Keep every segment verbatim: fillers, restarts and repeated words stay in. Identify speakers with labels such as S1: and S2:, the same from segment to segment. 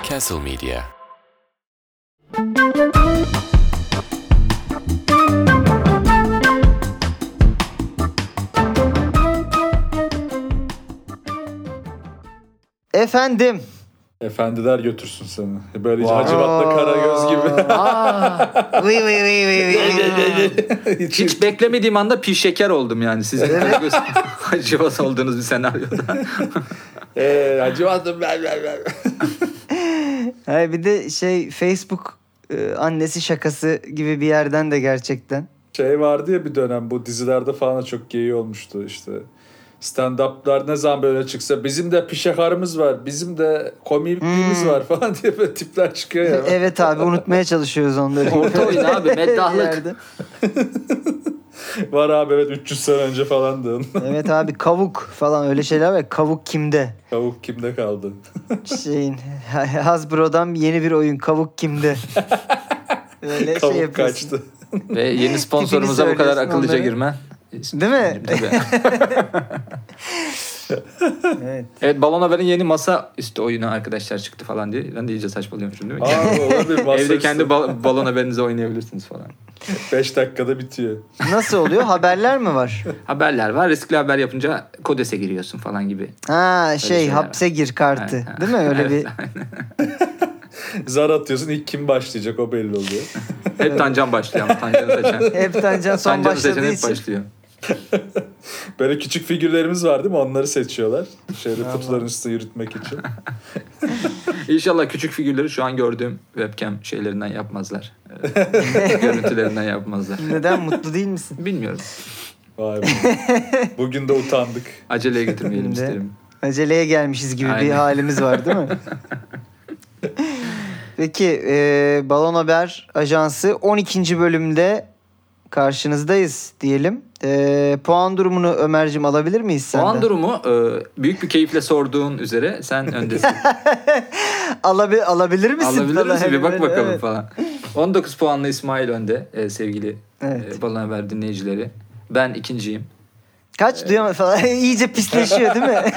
S1: Castle Media.
S2: Efendim.
S3: Efendiler götürsün seni. Böyle wow. Hacivat'la Karagöz gibi.
S2: Vıy vıy vıy vıy.
S4: Hiç beklemediğim anda pir şeker oldum yani. Sizin Karagöz Hacivat olduğunuz bir senaryoda.
S3: Eee Hacivat'ım ben ben ben.
S2: Hayır, bir de şey Facebook e, annesi şakası gibi bir yerden de gerçekten.
S3: Şey vardı ya bir dönem bu dizilerde falan çok gay olmuştu işte. Stand-up'lar ne zaman böyle çıksa bizim de pişekarımız var, bizim de komikliğimiz hmm. var falan diye böyle tipler çıkıyor ya.
S2: Evet abi, unutmaya çalışıyoruz onları.
S4: Orta oyun abi, meddahlık.
S3: Var abi, evet, üç yüz sene önce falandı.
S2: Evet abi, kavuk falan öyle şeyler var. Kavuk kimde?
S3: Kavuk kimde kaldı?
S2: Şeyin Hasbro'dan yeni bir oyun, kavuk kimde? Öyle
S3: kavuk
S2: şey
S3: kaçtı.
S4: Ve yeni sponsorumuza bu kadar akıllıca onları girmen.
S2: Değil mi?
S4: evet. Evet, Balon Haber'in yeni masa üstü oyunu arkadaşlar çıktı falan diye. Ben de iyice saçmalıyormuşum değil mi?
S3: Aa, olabilir. Masa
S4: evde
S3: üstü.
S4: kendi bal- balon haberinizi oynayabilirsiniz falan.
S3: beş dakikada bitiyor.
S2: Nasıl oluyor? Haberler mi var?
S4: Haberler var. Riskli haber yapınca Kodes'e giriyorsun falan gibi.
S2: Ha şey hapse var. Gir kartı. Evet. Değil mi? Öyle evet, bir...
S3: Zar atıyorsun, ilk kim başlayacak o belli oluyor.
S4: Hep Tancan başlıyor ama Tancan'ı seçen.
S2: Hep Tancan son
S4: Tancan'ı
S2: başladığı
S4: seçen hep
S2: için.
S4: başlıyor.
S3: Böyle küçük figürlerimiz var değil mi? Onları seçiyorlar. Şeyde kutuların üstüne yürütmek için.
S4: İnşallah küçük figürleri şu an gördüğüm webcam şeylerinden yapmazlar. Görüntülerinden yapmazlar.
S2: Neden? Mutlu değil misin?
S4: Bilmiyorum.
S3: Vay be. Bugün de utandık.
S4: Aceleye getirmeyelim isterim.
S2: Aceleye gelmişiz gibi Aynen. bir halimiz var değil mi? Peki e, Balon Haber Ajansı on ikinci bölümde karşınızdayız diyelim. E, puan durumunu Ömer'cim alabilir miyiz senden?
S4: Puan durumu e, büyük bir keyifle sorduğun üzere sen öndesin.
S2: Alabi, alabilir misin?
S4: Alabilir misin? Bir bak bakalım
S2: evet.
S4: falan. on dokuz puanla İsmail önde e, sevgili evet. e, Balon Haber dinleyicileri. Ben ikinciyim.
S2: Kaç ee... duyamadım falan. İyice pisleşiyor değil mi?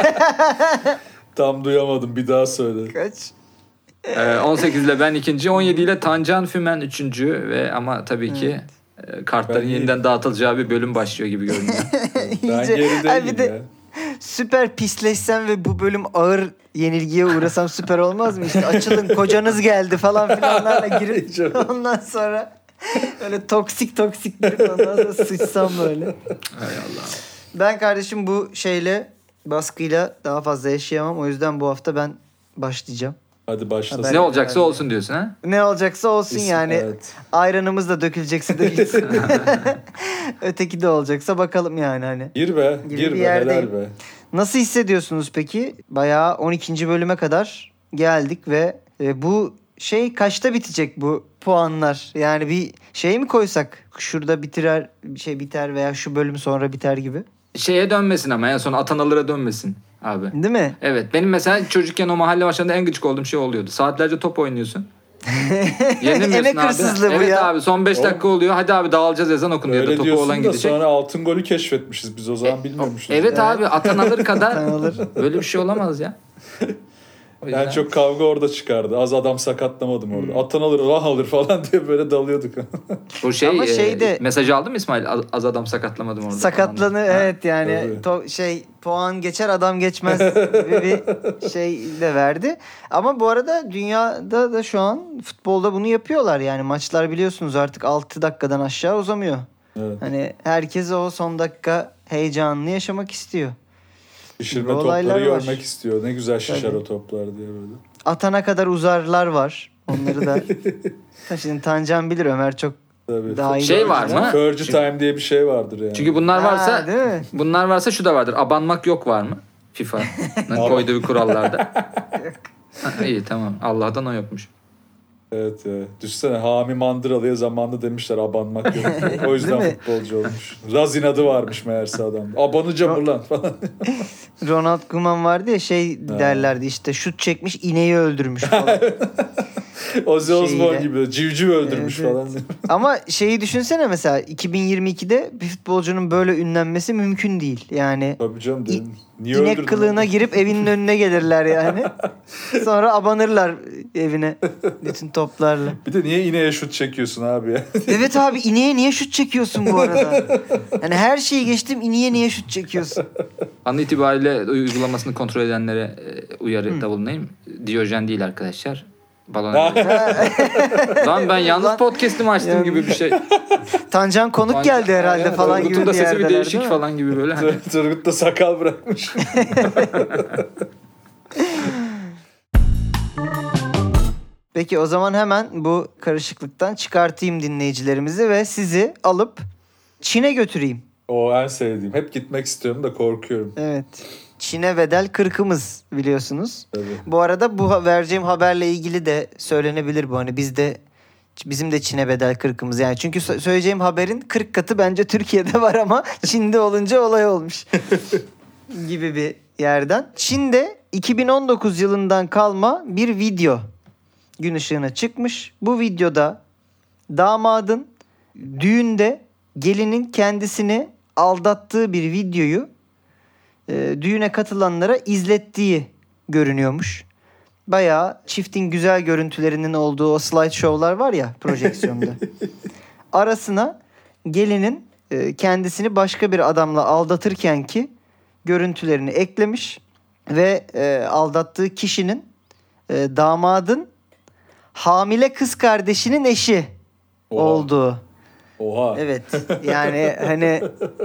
S3: Tam duyamadım, bir daha söyle.
S2: Kaç?
S4: Ee, on sekiz ile ben ikinci, on yedi ile Tancan Fümen üçüncü ve ama tabii ki evet. e, kartların ben yeniden iyi. dağıtılacağı bir bölüm başlıyor gibi görünüyor.
S3: Ben gerideyim ya.
S2: De, süper pisleşsem ve bu bölüm ağır yenilgiye uğrasam süper olmaz mı? İşte açılın, kocanız geldi falan filanlarla girip ondan sonra öyle toksik toksik girip ondan sonra sıçsam böyle.
S4: Hay Allah.
S2: Ben kardeşim bu şeyle, baskıyla daha fazla yaşayamam. O yüzden bu hafta ben başlayacağım.
S3: Hadi başlasın.
S4: Ne olacaksa olsun diyorsun ha?
S2: Ne olacaksa olsun İsim, yani. Evet. Ayranımız da dökülecekse dökülsün. Öteki de olacaksa bakalım yani hani.
S3: Gir be, gir be, helal be.
S2: Nasıl hissediyorsunuz peki? Bayağı on ikinci bölüme kadar geldik ve e, bu şey kaçta bitecek bu puanlar? Yani bir şey mi koysak? Şurada bitirer, bir şey biter veya şu bölüm sonra biter gibi.
S4: Şeye dönmesin ama en son Atanalı'ra dönmesin abi.
S2: Değil mi?
S4: Evet. Benim mesela çocukken o mahalle maçlarında en gıcık olduğum şey oluyordu. Saatlerce top oynuyorsun.
S2: Emek hırsızlığı bu
S4: evet
S2: ya.
S4: Evet abi, son beş dakika oluyor. Hadi abi dağılacağız, ezan okunuyor da topu olan gidecek.
S3: Sonra altın golü keşfetmişiz biz, o zaman e, bilmiyormuşuz.
S4: Evet, evet abi, Atanalır kadar böyle bir şey olamaz ya.
S3: Yani çok kavga orada çıkardı. Az adam sakatlamadım orada. Hmm. Atan alır, Allah alır falan diye böyle dalıyorduk.
S4: O şey,
S2: ama şeyde
S4: e, mesajı aldın mı İsmail? Az, az adam sakatlamadım orada.
S2: Sakatlanı evet yani to, şey puan geçer adam geçmez gibi bir şey de verdi. Ama bu arada dünyada da şu an futbolda bunu yapıyorlar. Yani maçlar biliyorsunuz artık altı dakikadan aşağı uzamıyor. Evet. Hani herkes o son dakika heyecanını yaşamak istiyor.
S3: Şişirme topları görmek istiyor. Ne güzel şişer Tabii. o toplar diye böyle.
S2: Atana kadar uzarlar var. Onları da şimdi Tancan bilir, Ömer çok Tabii. daha iyi.
S4: Şey var mı?
S3: Fergie time diye bir şey vardır yani.
S4: Çünkü bunlar varsa ha, bunlar varsa şu da vardır. Abanmak yok var mı? FIFA'nın koyduğu kurallarda. Ha, iyi tamam. Allah'tan o yokmuş.
S3: Evet ya. Düşsene Hami Mandıralı'ya zamanında demişler abanmak yok. O yüzden futbolcu olmuş. Razin adı varmış meğerse adam. Abanacağım ulan falan.
S2: Ronald Koeman vardı ya şey ha. derlerdi işte şut çekmiş ineği öldürmüş falan.
S3: Ozzy Osbourne
S2: şeyiyle.
S3: gibi civciv öldürmüş
S2: Evet,
S3: falan.
S2: Ama şeyi düşünsene mesela iki bin yirmi ikide bir futbolcunun böyle ünlenmesi mümkün değil. Yani
S3: Tabii canım.
S2: İ-
S3: Dedim. Niye
S2: inek
S3: öldürdün
S2: kılığına
S3: onu?
S2: girip evinin önüne gelirler yani. Sonra abanırlar evine bütün toplarla.
S3: Bir de niye ineğe şut çekiyorsun abi ya?
S2: Evet abi, ineğe niye şut çekiyorsun bu arada? Yani her şeyi geçtim, ineğe niye şut çekiyorsun?
S4: An itibariyle uygulamasını kontrol edenlere e, uyarıda bulunayım. Diyojen değil arkadaşlar. Balon. Lan ben yalnız
S2: Lan-
S4: podcast'imi açtım
S2: Yani-
S4: gibi bir şey.
S2: Tancan konuk
S4: Tan-
S2: geldi herhalde
S4: Aynen,
S2: falan
S4: Turgut'un
S2: gibi
S4: da
S2: bir
S4: sesi bir
S2: yerdeler,
S4: değişik
S2: değil mi?
S4: falan gibi böyle. Hani.
S3: Turgut da sakal bırakmış.
S2: Peki o zaman hemen bu karışıklıktan çıkartayım dinleyicilerimizi ve sizi alıp Çin'e götüreyim.
S3: O en sevdiğim. Hep gitmek istiyorum da korkuyorum.
S2: Evet. Çin'e bedel kırkımız biliyorsunuz.
S3: Tabii.
S2: Bu arada bu ha- vereceğim haberle ilgili de söylenebilir bu. Hani bizde bizim de Çin'e bedel kırkımız. Yani çünkü sö- söyleyeceğim haberin kırk katı bence Türkiye'de var ama Çin'de olunca olay olmuş. gibi bir yerden. Çin'de iki bin on dokuz yılından kalma bir video gün ışığına çıkmış. Bu videoda damadın düğünde gelinin kendisini aldattığı bir videoyu e, düğüne katılanlara izlettiği görünüyormuş. Bayağı çiftin güzel görüntülerinin olduğu o slideshow'lar var ya projeksiyonda. Arasına gelinin e, kendisini başka bir adamla aldatırken ki görüntülerini eklemiş ve e, aldattığı kişinin e, damadın hamile kız kardeşinin eşi
S3: Oha.
S2: olduğu.
S3: Oha.
S2: Evet. Yani hani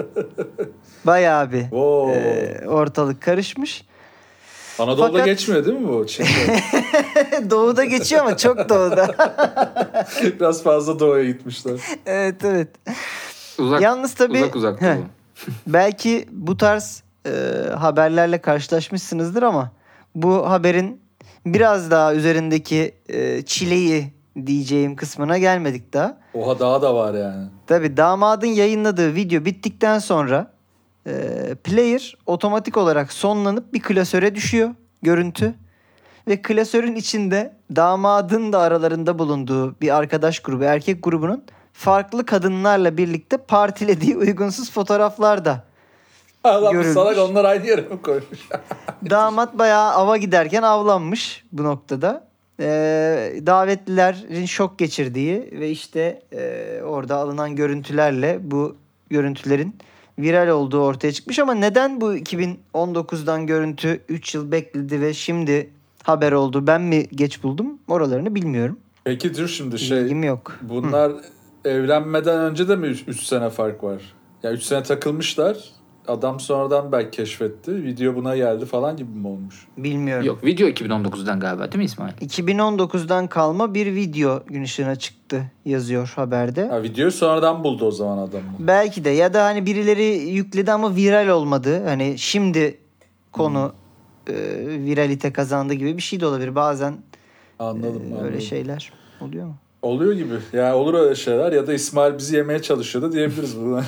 S2: bayağı bir
S3: Wow.
S2: e, ortalık karışmış.
S3: Anadolu'da
S2: Fakat-
S3: geçmiyor değil mi bu Çin'de?
S2: Doğuda geçiyor ama çok doğuda.
S3: Biraz fazla doğuya gitmişler.
S2: Evet evet.
S4: Uzak,
S2: Yalnız tabii
S4: uzak uzak
S2: heh,
S4: bu.
S2: belki bu tarz e, haberlerle karşılaşmışsınızdır ama bu haberin biraz daha üzerindeki e, çileyi diyeceğim kısmına gelmedik daha.
S3: Oha daha da var yani.
S2: Tabii damadın yayınladığı video bittikten sonra e, player otomatik olarak sonlanıp bir klasöre düşüyor görüntü. Ve klasörün içinde damadın da aralarında bulunduğu bir arkadaş grubu, erkek grubunun farklı kadınlarla birlikte partilediği uygunsuz fotoğraflar da.
S3: Allah bu
S2: Görülmüş.
S3: salak onlar aynı yere mi koymuş?
S2: Damat bayağı ava giderken avlanmış bu noktada. Ee, davetlilerin şok geçirdiği ve işte e, orada alınan görüntülerle bu görüntülerin viral olduğu ortaya çıkmış. Ama neden bu iki bin on dokuzdan görüntü üç yıl bekledi ve şimdi haber oldu? Ben mi geç buldum? Oralarını bilmiyorum.
S3: Peki dur şimdi şey
S2: Bilgim yok.
S3: bunlar evlenmeden önce de mi üç sene fark var? Ya üç sene takılmışlar. Adam sonradan belki keşfetti. Video buna geldi falan gibi mi olmuş?
S2: Bilmiyorum.
S4: Yok, video iki bin on dokuzdan galiba değil mi İsmail?
S2: iki bin on dokuzdan kalma bir video gün ışığına çıktı yazıyor haberde.
S3: Ha, videoyu sonradan buldu o zaman adam.
S2: Belki de ya da hani birileri yükledi ama viral olmadı. Hani şimdi konu e, viralite kazandı gibi bir şey de olabilir. Bazen
S3: Anladım.
S2: e,
S3: anladım.
S2: öyle şeyler oluyor mu?
S3: Oluyor gibi. Ya olur öyle şeyler ya da İsmail bizi yemeye çalışıyordu diyebiliriz buna.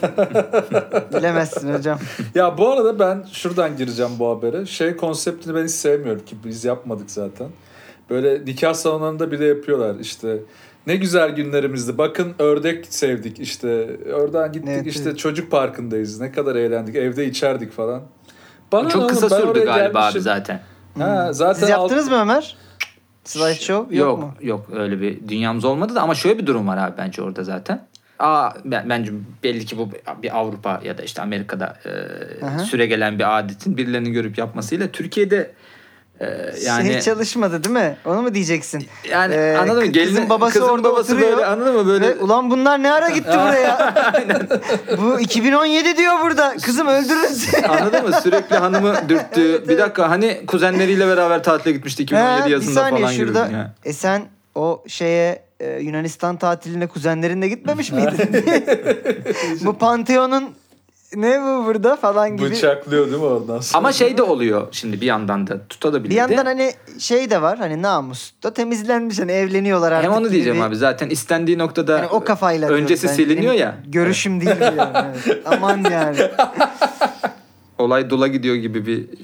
S2: Bilemezsin hocam.
S3: Ya bu arada ben şuradan gireceğim bu habere. Şey konseptini ben hiç sevmiyorum ki biz yapmadık zaten. Böyle nikah salonlarında bile yapıyorlar işte. Ne güzel günlerimizdi. Bakın ördek sevdik işte. Oradan gittik
S2: Evet,
S3: işte
S2: evet.
S3: çocuk parkındayız. Ne kadar eğlendik. Evde içerdik falan. Bana
S4: Çok
S3: ne
S4: kısa
S3: oğlum, ben
S4: sürdü
S3: oraya
S4: galiba
S3: gelmişim.
S4: abi zaten.
S3: Ha, zaten
S2: Siz yaptınız
S3: alt-
S2: mı Ömer? Slideshow yok,
S4: Yok
S2: mu?
S4: yok öyle bir dünyamız olmadı da ama şöyle bir durum var abi bence orada zaten. Aa ben, bence belli ki bu bir Avrupa ya da işte Amerika'da
S2: Aha.
S4: e, süregelen bir adetin birilerinin görüp yapmasıyla Türkiye'de e, yani
S2: Hiç çalışmadı değil mi? Onu mu diyeceksin?
S4: yani
S2: Ee,
S4: anladın mı?
S2: kızın
S4: Gelinin
S2: babası
S4: kızın
S2: orada
S4: babası
S2: oturuyor.
S4: böyle anladın mı böyle
S2: Ve ulan bunlar ne ara gitti buraya? Bu iki bin on yedi diyor burada. Kızım öldürürüz.
S4: anladın mı? Sürekli hanımı dürttü. Bir dakika hani kuzenleriyle beraber tatile gitmişti iki bin on yedi
S2: Ha, bir
S4: yazında
S2: saniye
S4: falan gibi.
S2: şurada.
S4: Ya.
S2: E sen o şeye e, Yunanistan tatiline kuzenlerinle gitmemiş miydin? Bu Pantheon'un ne bu burada falan gibi.
S3: Bıçaklıyor değil mi oradan sonra?
S4: Ama şey de oluyor şimdi bir yandan da tutabilirdi.
S2: Bir yandan hani şey de var hani namus da temizlenmiş hani evleniyorlar artık.
S4: Hem onu
S2: gibi
S4: diyeceğim
S2: bir-
S4: abi zaten istendiği noktada
S2: Yani o kafayla
S4: öncesi
S2: diyorum ben.
S4: siliniyor
S2: Benim
S4: ya.
S2: Görüşüm değil bu yani. Evet. Aman yani.
S4: Olay dula gidiyor gibi bir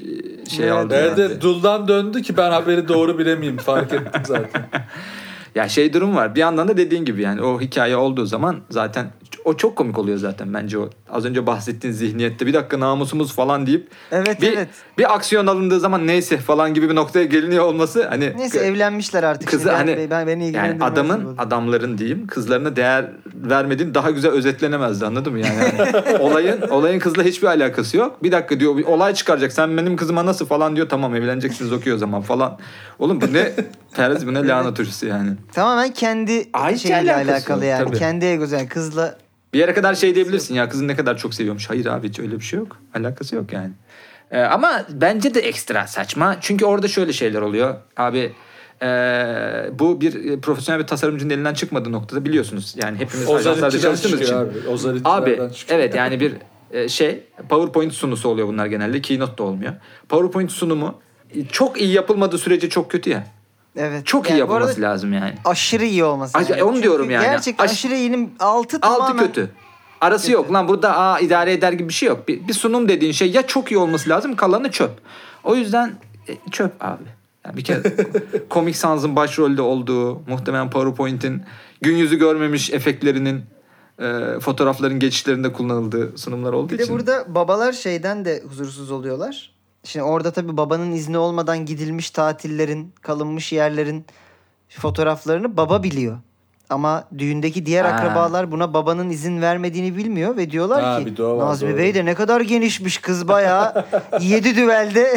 S4: şey
S2: Evet.
S4: aldı.
S3: Evet,
S4: yani.
S3: evet, duldan döndü ki ben haberi doğru bilemeyeyim, fark ettim zaten.
S4: Ya şey durum var. Bir yandan da dediğin gibi yani o hikaye olduğu zaman zaten o çok komik oluyor zaten bence o. Az önce bahsettiğin zihniyette bir dakika namusumuz falan deyip
S2: Evet
S4: bir,
S2: evet.
S4: bir aksiyon alındığı zaman neyse falan gibi bir noktaya geliniyor olması hani
S2: Neyse evlenmişler artık.
S4: kızı
S2: Şimdi.
S4: hani
S2: ben, ben beni
S4: yani
S2: ilgilendirmez
S4: adamın
S2: bu.
S4: adamların diyeyim kızlarına değer vermediğin daha güzel özetlenemezdi, anladın mı yani? Yani olayın olayın kızla hiçbir alakası yok. Bir dakika diyor, bir olay çıkaracak. Sen benim kızıma nasıl falan diyor. Tamam evleneceksiniz okuyor o zaman falan. Oğlum bu ne Perez, bu ne lahana turşusu yani.
S2: Tamamen kendi
S4: Ay, hiç
S2: şeyle
S4: alakası
S2: alakalı
S4: yok,
S2: yani.
S4: tabii.
S2: Kendi egosu yani kızla.
S4: Bir yere kadar şey diyebilirsin ya, kızın ne kadar çok seviyormuş. Hayır abi hiç öyle bir şey yok. Alakası yok yani. Ee, ama bence de ekstra saçma. Çünkü orada şöyle şeyler oluyor. Abi ee, bu bir profesyonel bir tasarımcının elinden çıkmadığı noktada biliyorsunuz. Yani hepimiz ajanslarda
S3: Ozalitçiden
S4: çalıştığımız için.
S3: çıkıyor abi. Ozalitçilerden
S4: Abi
S3: çıkıyor.
S4: evet yani bir e, şey PowerPoint sunusu oluyor bunlar genelde. Keynote da olmuyor. PowerPoint sunumu e, çok iyi yapılmadığı sürece çok kötü ya.
S2: Evet.
S4: Çok
S2: Yani
S4: iyi
S2: bu
S4: yapılması
S2: arada
S4: lazım yani.
S2: aşırı iyi olması.
S4: Ay,
S2: yani.
S4: onu
S2: Çünkü
S4: diyorum yani.
S2: Gerçekten
S4: Aş-
S2: aşırı iyinin altı
S4: Altı
S2: tamamen.
S4: kötü. Arası yok lan burada aa idare eder gibi bir şey yok. Bir, bir sunum dediğin şey ya çok iyi olması lazım, kalanı çöp. O yüzden e, çöp abi. Yani bir kere Comic Sans'ın başrolde olduğu, muhtemelen PowerPoint'in gün yüzü görmemiş efektlerinin e, fotoğrafların geçişlerinde kullanıldığı sunumlar olduğu
S2: Bir de
S4: için.
S2: burada babalar şeyden de huzursuz oluyorlar. Şimdi orada tabii babanın izni olmadan gidilmiş tatillerin, kalınmış yerlerin fotoğraflarını baba biliyor. Ama düğündeki diğer
S4: Ha.
S2: akrabalar buna babanın izin vermediğini bilmiyor ve diyorlar
S3: Ha,
S2: ki
S3: bir de o var,
S2: Nazmi
S3: doğru.
S2: Bey de ne kadar genişmiş, kız bayağı yedi düvelde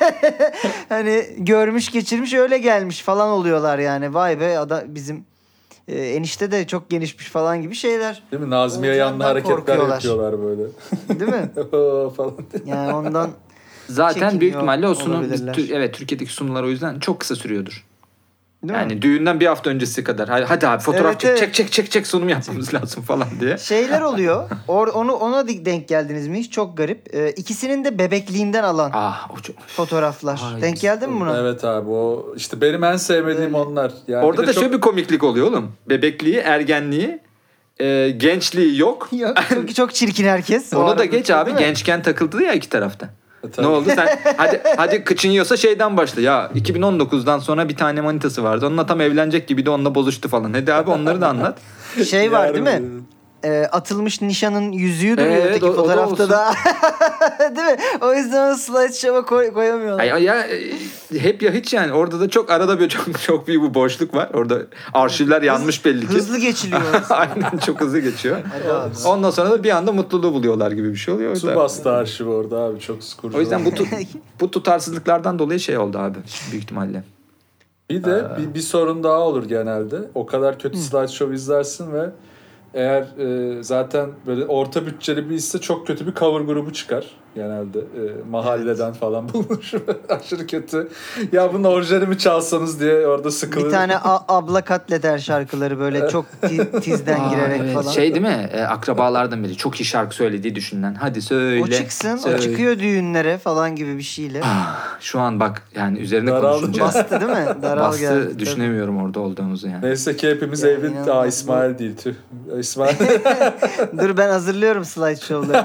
S2: hani görmüş geçirmiş öyle gelmiş falan oluyorlar yani. Vay be ada bizim e, enişte de çok genişmiş falan gibi şeyler.
S3: Değil mi? Nazmiye
S2: Olacağından
S3: yanlı hareketler
S2: korkuyorlar.
S3: yapıyorlar böyle.
S2: Değil mi?
S3: falan.
S2: Yani ondan
S4: Zaten
S2: çekiniyor
S4: büyük ihtimalle o sunum biz,
S2: olabilirler.
S4: Tür- evet Türkiye'deki sunumlar o yüzden çok kısa sürüyordur.
S2: değil mi?
S4: Yani düğünden bir hafta öncesi kadar. Hadi, hadi abi fotoğraf
S2: Evet,
S4: çek,
S2: evet.
S4: çek çek çek çek sunum yapmamız lazım falan diye.
S2: Şeyler oluyor. Or, onu ona da denk geldiniz mi? Hiç çok garip. Ee, ikisinin de bebekliğinden alan
S4: Ah o çok...
S2: fotoğraflar.
S4: Ay,
S2: denk geldin mi buna?
S3: Evet abi, o işte benim en sevmediğim
S2: Öyle.
S3: onlar. Yani
S4: Orada
S3: bir
S4: da
S3: de çok-
S4: şöyle bir komiklik oluyor oğlum. Bebekliği, ergenliği, e, gençliği yok.
S2: Yok, çok, çok çirkin herkes. O
S4: Onu da
S2: arada,
S4: geç abi.
S2: değil mi?
S4: Gençken takıldı ya iki tarafta.
S3: E, tabii.
S4: Ne oldu sen? hadi hadi kıçın yiyorsa şeyden başla. Ya iki bin on dokuzdan sonra bir tane manitası vardı. Onunla tam evlenecek gibi de onunla bozuştu falan. Hadi abi onları da anlat.
S2: Şey var
S3: Yani-
S2: değil mi? Ee, atılmış nişanın yüzüğü duruyor
S4: Evet,
S2: öteki
S4: o- o da
S2: fotoğrafta
S4: olsun.
S2: da. Değil mi? O yüzden o slideshow'a koy, koyamıyorlar.
S4: Ay, ay, ya e, hep ya hiç yani. Orada da çok arada bir çok çok büyük bir boşluk var. Orada arşivler yanmış belli ki.
S2: Hızlı geçiliyor.
S4: Aynen çok hızlı geçiyor.
S2: Hadi abi.
S4: Ondan sonra da bir anda mutluluğu buluyorlar gibi bir şey oluyor. O
S3: Su
S4: yüzden-
S3: bastı arşiv orada abi, çok sıkıcı.
S4: O yüzden bu tu- bu tutarsızlıklardan dolayı şey oldu abi büyük ihtimalle.
S3: Bir de bir, bir sorun daha olur genelde. O kadar kötü slideshow izlersin ve eğer e, zaten böyle orta bütçeli bir ise çok kötü bir cover grubu çıkar genelde. E, mahalleden falan bulmuş. Aşırı kötü. Ya bunun orijinalini çalsanız diye orada sıkılır.
S2: Bir tane a- abla katleder şarkıları böyle çok ti- tizden
S4: Aa,
S2: girerek
S4: evet.
S2: falan.
S4: Şey değil mi? E, akrabalardan biri. Çok iyi şarkı söylediği düşünülen. Hadi söyle.
S2: O çıksın,
S4: söyle.
S2: o çıkıyor düğünlere falan gibi bir şeyle.
S4: Ah, şu an bak yani üzerine
S3: Daraldım.
S4: konuşunca
S2: Bastı değil mi? Daral
S4: bastı
S2: geldi.
S4: düşünemiyorum orada olduğumuzu yani.
S3: Neyse ki hepimiz
S2: Yani
S3: evli. Aa,
S2: inanılmaz.
S3: İsmail değil tüh. İsmail.
S2: Dur ben hazırlıyorum slideshow'ları.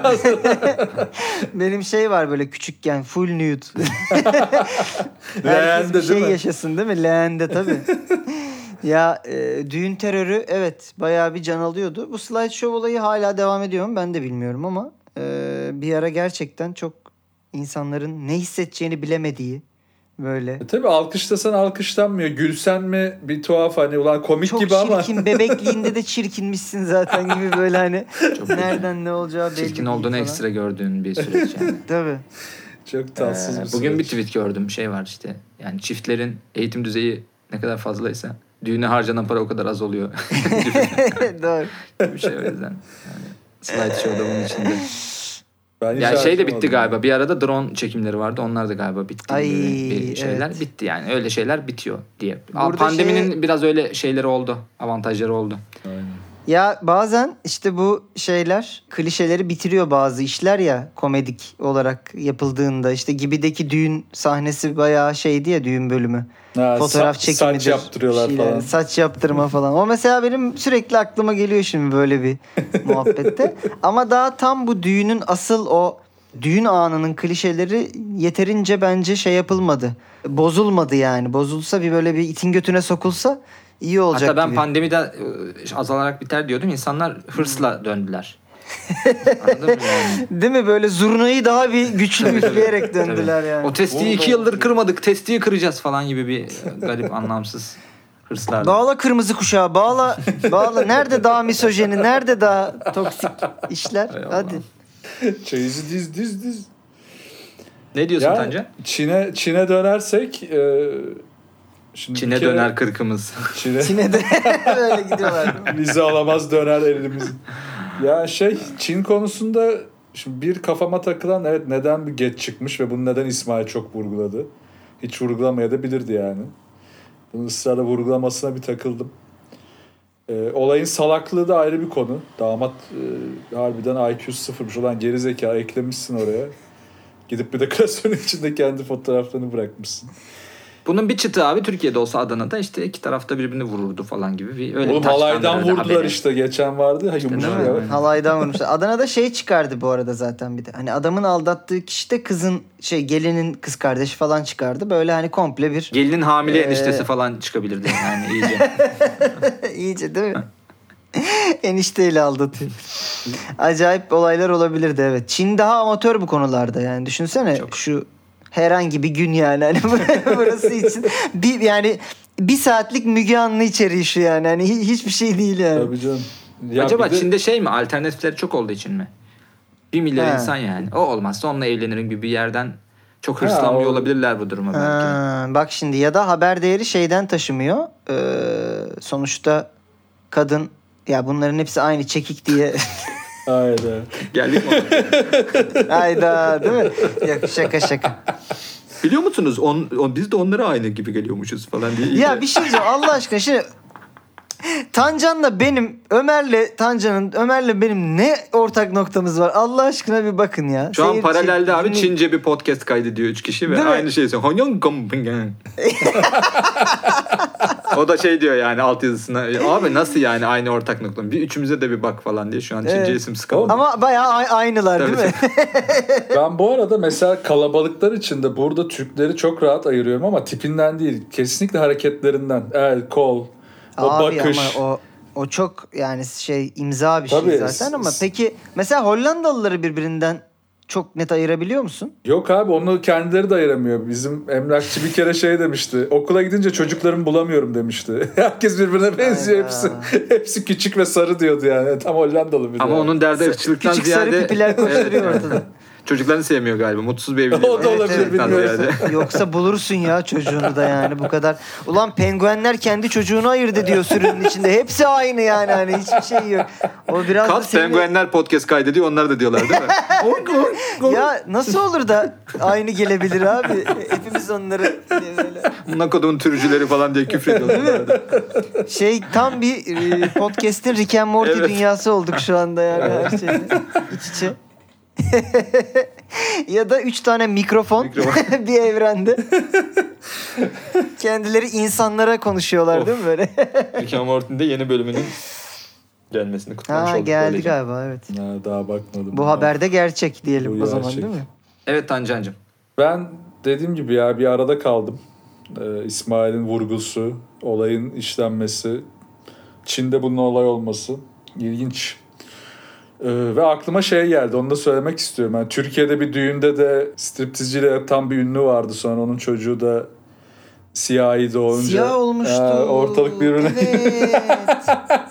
S2: Benim şey var böyle küçükken full nude. Herkes
S3: Leğende
S2: bir şey
S3: değil mi?
S2: yaşasın değil mi? Leğende tabii. Ya e, düğün terörü evet bayağı bir can alıyordu. Bu slideshow olayı hala devam ediyor mu ben de bilmiyorum ama e, bir ara gerçekten çok insanların ne hissedeceğini bilemediği böyle.
S3: E tabii alkışlasan alkışlanmıyor. Gülsen mi bir tuhaf, hani ulan komik
S2: Çok
S3: gibi ama.
S2: çirkin bebekliğinde de çirkinmişsin zaten gibi böyle hani nereden ne olacağı belli
S4: Çirkin
S2: değil
S4: olduğunu
S2: falan.
S4: ekstra gördüğün bir süreç yani.
S2: Tabii.
S3: Çok tatsız
S4: Ee,
S3: bir
S4: bugün bir
S3: süreç.
S4: tweet gördüm. Şey var işte. Yani çiftlerin eğitim düzeyi ne kadar fazlaysa düğüne harcanan para o kadar az oluyor.
S2: Doğru.
S4: gibi bir şey o yüzden. Yani slideshow'da bunun içinde.
S3: Ben hiç
S4: Yani şey de
S3: harcamadım
S4: bitti
S3: ya.
S4: galiba. Bir arada drone çekimleri vardı. Onlar da galiba bitti.
S2: Ay,
S4: gibi bir şeyler
S2: evet.
S4: bitti yani. Öyle şeyler bitiyor diye.
S2: Burada
S4: Pandeminin
S2: şey-
S4: biraz öyle şeyleri oldu. Avantajları oldu.
S3: Aynen.
S2: Ya bazen işte bu şeyler klişeleri bitiriyor bazı işler ya komedik olarak yapıldığında işte Gibi'deki düğün sahnesi bayağı şeydi ya düğün bölümü.
S3: Ha,
S2: Fotoğraf
S3: sa-
S2: çekimidir.
S3: Saç yaptırıyorlar
S2: şeyler,
S3: falan.
S2: Saç yaptırma falan. O mesela benim sürekli aklıma geliyor şimdi böyle bir muhabbette. Ama daha tam bu düğünün asıl o düğün anının klişeleri yeterince bence şey yapılmadı. Bozulmadı yani. Bozulsa bir böyle bir itin götüne sokulsa iyi olacak
S4: Hatta ben
S2: gibi.
S4: pandemide e, azalarak biter diyordum. İnsanlar hırsla döndüler. Anladın mı yani?
S2: Değil mi? Böyle zurnayı daha bir güçlü üfleyerek döndüler yani.
S4: O testiyi iki yıldır kırmadık. Testiyi kıracağız falan gibi bir garip anlamsız hırslar.
S2: Bağla kırmızı kuşağı, bağla, bağla. Nerede daha misojeni, nerede daha toksik işler? Hadi.
S3: Çeyizi diz diz diz.
S4: Ne diyorsun
S3: Ya,
S4: Tanca?
S3: Çin'e Çin'e dönersek e, şimdi
S4: Çin'e
S3: bir kere-
S4: döner kırkımız.
S3: Çin'e
S2: Çin'e de böyle gidiyorlar.
S3: bizi alamaz döner elimiz. Ya şey Çin konusunda şimdi bir kafama takılan evet neden bir geç çıkmış ve bunu neden İsmail çok vurguladı. Hiç vurgulamaya da bilirdi yani. Bunun ısrarla vurgulamasına bir takıldım. Ee, olayın salaklığı da ayrı bir konu. Damat e, harbiden I Q'su sıfırmış olan gerizekalı eklemişsin oraya. Gidip bir de klasörün içinde kendi fotoğraflarını bırakmışsın.
S4: Bunun bir çıtı abi Türkiye'de olsa Adana'da işte iki tarafta birbirini vururdu falan gibi bir öyle
S3: Oğlum
S4: bir taşlandı
S3: halaydan
S4: herhalde
S3: vurdular
S4: haberi.
S3: işte. Geçen vardı. Ha, yumuşak
S4: değil mi?
S3: ya.
S2: Halaydan vurmuşlar. Adana'da şey çıkardı bu arada zaten bir de. Hani adamın aldattığı kişi de kızın şey gelinin kız kardeşi falan çıkardı. Böyle hani komple bir
S4: Gelinin hamile
S2: Ee,
S4: eniştesi falan çıkabilirdi yani iyice.
S2: iyice değil mi? Enişteyle aldatıyor. Acayip olaylar olabilirdi evet. Çin daha amatör bu konularda yani. Düşünsene
S4: Çok.
S2: şu herhangi bir gün yani hani burası için bir yani bir saatlik Müge Anlı içeriği şu yani. Hani hi- hiçbir şey değil yani.
S3: Tabii canım. Ya
S4: Acaba
S3: bir de-
S4: Çin'de şey mi alternatifleri çok olduğu için mi? Bir milyar
S2: Ha.
S4: insan yani. O olmazsa onunla evlenirim gibi bir yerden çok hırslanmıyor
S3: o-
S4: olabilirler bu duruma belki.
S2: Ha, bak şimdi ya da haber değeri şeyden taşımıyor. Ee, sonuçta kadın ya bunların hepsi aynı çekik diye.
S3: Hayda.
S4: Geldik mi?
S2: Hayda değil mi? Yok şaka şaka.
S4: Biliyor musunuz? On, on, biz de onlara aynı gibi geliyormuşuz falan diye.
S2: Ya bir şey diyeceğim Allah aşkına şimdi Tancan'la benim Ömer'le Tancan'ın Ömer'le benim ne ortak noktamız var? Allah aşkına bir bakın ya.
S4: Şu an
S2: Seyirci-
S4: paralelde abi
S2: dinley-
S4: Çince bir podcast kaydediyor üç kişi ve
S2: Değil mi?
S4: aynı şeyi söylüyor. Honyong gong bing gang. O da şey diyor yani altyazısına. Abi nasıl yani aynı ortak nokta? Bir üçümüze de bir bak falan diye şu an Çince
S2: Evet.
S4: isim sıkalım.
S2: Ama bayağı a- aynılar
S4: Tabii,
S2: değil mi?
S3: Ben bu arada mesela kalabalıklar içinde burada Türkleri çok rahat ayırıyorum ama tipinden değil. Kesinlikle hareketlerinden. El, kol, o
S2: Abi
S3: bakış.
S2: ama o o çok yani şey imza bir
S3: Tabii,
S2: şey zaten ama
S3: s-
S2: peki mesela Hollandalıları birbirinden çok net ayırabiliyor musun?
S3: Yok abi onu kendileri de ayıramıyor. Bizim emlakçı bir kere şey demişti. Okula gidince çocuklarımı bulamıyorum demişti. Herkes birbirine benziyor
S2: Hayda.
S3: hepsi. Hepsi küçük ve sarı diyordu yani. Tam Hollandalı bir de.
S4: Ama onun derdi ırkçılıktan
S2: Küçük
S4: ziyade...
S2: sarı pipiler koşturuyor
S4: Evet.
S2: ortada.
S4: Çocuklarını sevmiyor galiba. Mutsuz bir evliliği
S3: O
S4: var.
S3: da olabilir,
S4: Irkçılıktan
S3: bilmiyorum.
S4: ziyade.
S2: Yoksa bulursun ya çocuğunu da yani bu kadar. Ulan penguenler kendi çocuğunu ayırdı diyor sürünün içinde. Hepsi aynı yani hani hiçbir şey yok. O biraz da
S4: Kat
S2: seni-
S4: penguenler podcast kaydediyor onlar da diyorlar değil mi?
S2: Ya nasıl olur da aynı gelebilir abi? Hepimiz onları böyle
S4: Bundan kodumun türcüleri falan diye küfür ediyorlar.
S2: şey tam bir e, podcast'in Rick and Morty
S4: Evet.
S2: dünyası olduk şu anda yani her şeyde iç içe. Ya da üç tane mikrofon,
S4: Mikrofon.
S2: bir evrende. Kendileri insanlara konuşuyorlar
S4: Of.
S2: değil mi böyle?
S4: Rick and Morty'nin de yeni bölümünün gelmesini kutlamış
S2: Ha
S4: olduk.
S2: geldi
S4: böylece.
S2: galiba evet.
S3: Ha, daha bakmadım.
S2: Bu haberde gerçek diyelim
S3: Bu
S2: o zaman
S3: gerçek.
S2: değil mi?
S4: Evet Tancancığım.
S3: Ben dediğim gibi ya bir arada kaldım. Ee, İsmail'in vurgusu, olayın işlenmesi, Çin'de bunun olay olması ilginç. Ee, ve aklıma şey geldi, onu da söylemek istiyorum. Yani Türkiye'de bir düğünde de striptizciyle tam bir ünlü vardı. Sonra onun çocuğu da siyahi doğunca.
S2: Siyah olmuştu.
S3: Ee, ortalık birbirine...
S2: Evet.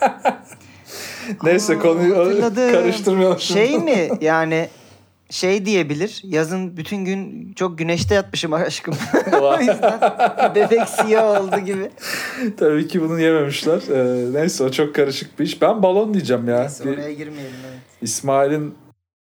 S3: Neyse
S2: Aa,
S3: konuyu
S2: hatırladım.
S3: karıştırmayalım.
S2: Şey mi yani şey diyebilir. Yazın bütün gün çok güneşte yatmışım aşkım. O yüzden bebek siyah oldu gibi.
S3: Tabii ki bunu yememişler. Ee, neyse o çok karışık bir iş. Ben balon diyeceğim ya.
S2: Neyse
S3: Bir-
S2: oraya girmeyelim. Evet.
S3: İsmail'in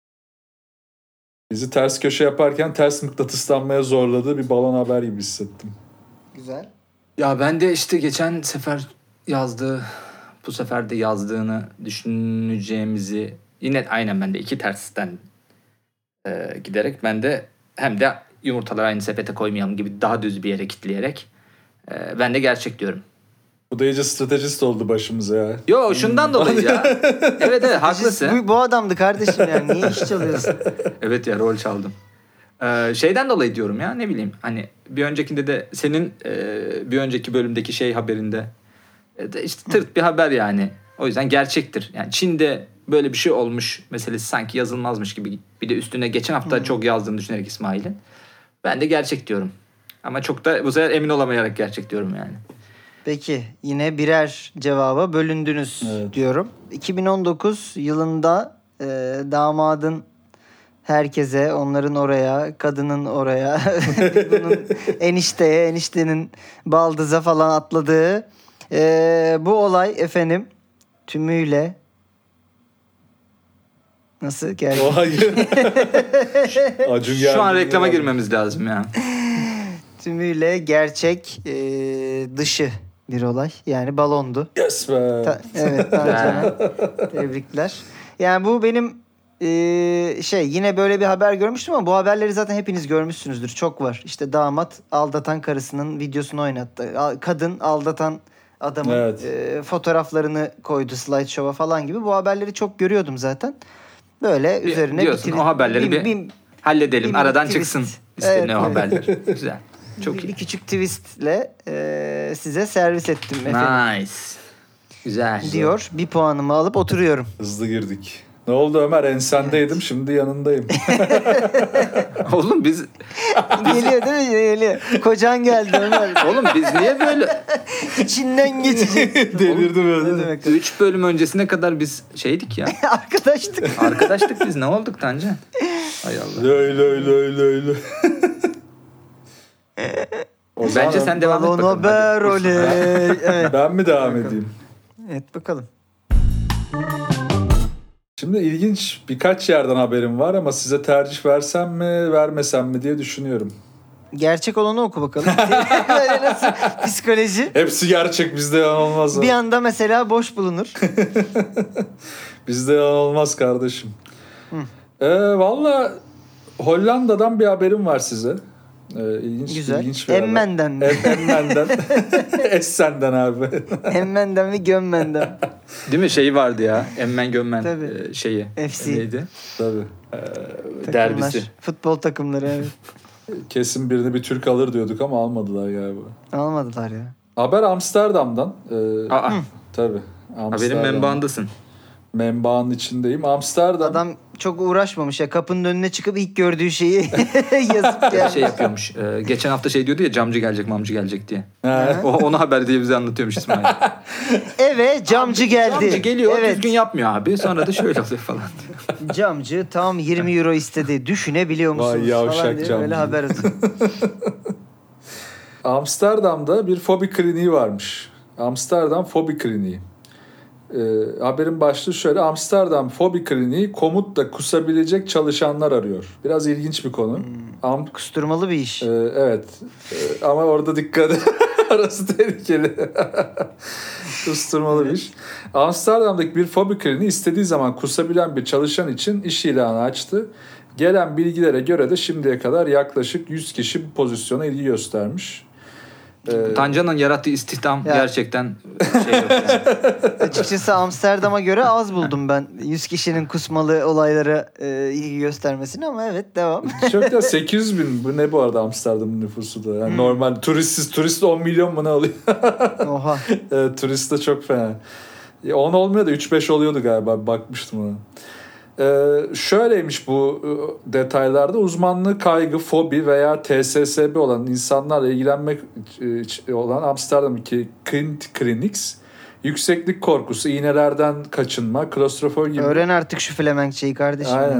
S3: bizi ters köşe yaparken ters mıknatıslanmaya zorladığı bir balon haber gibi hissettim.
S2: Güzel.
S4: Ya ben de işte geçen sefer yazdığı, bu sefer de yazdığını düşüneceğimizi yine aynen ben de iki tersten e, giderek ben de hem de yumurtaları aynı sepete koymayalım gibi daha düz bir yere kitleyerek e, ben de gerçek diyorum.
S3: Bu da iyice stratejist oldu başımıza ya.
S4: Yo şundan dolayı ya. Evet evet haklısın.
S2: Bu, bu adamdı kardeşim yani. Niye iş çalıyorsun?
S4: Evet ya rol çaldım. Ee, şeyden dolayı diyorum ya ne bileyim hani bir öncekinde de senin e, bir önceki bölümdeki şey haberinde e, de işte tırt bir haber yani. O yüzden gerçektir. Yani Çin'de böyle bir şey olmuş meselesi sanki yazılmazmış gibi. Bir de üstüne geçen hafta çok yazdığını düşünerek İsmail'in. Ben de gerçek diyorum. Ama çok da bu sefer emin olamayarak gerçek diyorum yani.
S2: Peki yine birer cevaba bölündünüz
S3: Evet.
S2: diyorum. iki bin on dokuz yılında e, damadın herkese, onların oraya, kadının oraya, bunun enişteye, eniştenin baldıza falan atladığı e, bu olay efendim tümüyle nasıl geldi?
S3: O hayır. Acun
S4: Şu an
S3: geldi.
S4: reklama girmemiz lazım ya.
S2: Tümüyle gerçek e, dışı bir olay. Yani balondu.
S3: Yes be.
S2: Ta- evet. Tancan'a tebrikler. Yani bu benim e, şey yine böyle bir haber görmüştüm ama bu haberleri zaten hepiniz görmüşsünüzdür. Çok var. İşte damat aldatan karısının videosunu oynattı. A- Kadın aldatan adamın
S3: Evet.
S2: e, fotoğraflarını koydu slideshow'a falan gibi. Bu haberleri çok görüyordum zaten. Böyle üzerine
S4: Diyorsun
S2: bitir-
S4: o haberleri bir,
S2: bir,
S4: halledelim.
S2: bir
S4: Aradan
S2: twist.
S4: çıksın istediğin
S2: Evet,
S4: o
S2: evet.
S4: haberler. Güzel. Çok
S2: bir,
S4: iyi.
S2: bir küçük twistle e, size servis ettim efendim.
S4: Nice. Güzel.
S2: Diyor. Bir puanımı alıp oturuyorum.
S3: Hızlı girdik. Ne oldu Ömer? Ensendeydim, şimdi yanındayım.
S4: Oğlum biz
S2: Geliyor değil mi? Geliyor. Kocan geldi Ömer.
S4: oğlum biz niye böyle
S2: İçinden geçecek.
S3: Delirdim
S2: Ne
S3: öyle.
S2: demek?
S4: üç bölüm öncesine kadar biz şeydik ya.
S2: Arkadaştık.
S4: Arkadaştık biz. Ne olduk Tancan? Hay Allah.
S3: Öyle öyle öyle öyle. O zaman
S4: Bence sen devam et
S2: Balon
S4: bakalım.
S2: haber
S4: hadi.
S2: oley. Evet.
S3: ben mi devam edeyim?
S2: Evet bakalım.
S3: Şimdi ilginç birkaç yerden haberim var ama size tercih versem mi vermesem mi diye düşünüyorum.
S2: Gerçek olanı oku bakalım. Böyle nasıl psikoloji?
S3: Hepsi gerçek, bizde yalan olmaz.
S2: Bir anda mesela boş bulunur.
S3: Bizde yalan olmaz kardeşim. Ee, Valla Hollanda'dan bir haberim var size. Ee, ilginç,
S2: Güzel.
S3: ilginç bir haber.
S2: Emmen'den mi?
S3: Em- Emmen'den. Essen'den abi.
S2: Emmen'den mi Gömmen'den?
S4: Değil mi şeyi vardı ya. Emmen Gömmen
S2: Tabii.
S4: e, şeyi.
S2: F C.
S4: Neydi?
S3: Tabii.
S2: Takımlar,
S4: Derbisi.
S2: Futbol takımları evet.
S3: Kesin birini bir Türk alır diyorduk ama almadılar galiba.
S2: Almadılar ya.
S3: Haber Amsterdam'dan. Ee,
S4: Aa,
S3: tabii.
S4: haberin menbaındasın.
S3: Menbaanın içindeyim. Amsterdam.
S2: Adam çok uğraşmamış ya. Kapının önüne çıkıp ilk gördüğü şeyi yazıp gelmiş.
S4: Şey yapıyormuş. e, geçen hafta şey diyordu ya camcı gelecek mamcı gelecek diye.
S3: He.
S4: O, onu haber diye bize anlatıyormuş İsmail.
S2: Eve camcı geldi.
S4: Camcı geliyor
S2: Evet.
S4: düzgün yapmıyor abi. Sonra da şöyle oluyor falan.
S2: Camcı tam yirmi euro istedi. Düşünebiliyor musunuz?
S3: Vay yavşak
S2: falan diye
S3: camcı.
S2: böyle haber atıyor.
S3: Amsterdam'da bir fobi kliniği varmış. Amsterdam Fobi Kliniği. Ee, haberin başlığı şöyle. Amsterdam Fobi Kliniği komutla kusabilecek çalışanlar arıyor. Biraz ilginç bir konu. Am
S2: Kusturmalı bir iş.
S3: Ee, evet. Ee, ama orada dikkat edin. Arası tehlikeli. Kusturmalı bir iş. Amsterdam'daki bir fobi kliniği istediği zaman kusabilen bir çalışan için iş ilanı açtı. Gelen bilgilere göre de şimdiye kadar yaklaşık yüz kişi bu pozisyona ilgi göstermiş. Ee,
S4: Tancan'ın yarattığı istihdam
S2: Ya.
S4: gerçekten şey yok yani.
S2: Açıkçası Amsterdam'a göre az buldum ben. yüz kişinin kusmalı olaylara e, ilgi göstermesini ama evet devam.
S3: Çok da sekiz yüz bin. Bu ne bu arada Amsterdam'ın nüfusu da. Yani normal turistsiz. Turist on milyon mu ne alıyor?
S2: Oha.
S3: Evet, turist de çok fena. Ya on olmuyor da üç beş oluyordu galiba. Bakmıştım ona. Ee, şöyleymiş bu e, detaylarda. Uzmanlığı kaygı, fobi veya T S S B olan insanlarla ilgilenmek e, olan Amsterdam'daki Clinics yükseklik korkusu, iğnelerden kaçınma, klostrofobi gibi.
S2: Öğren artık şu Flemenkçeyi kardeşim.
S3: Aynen.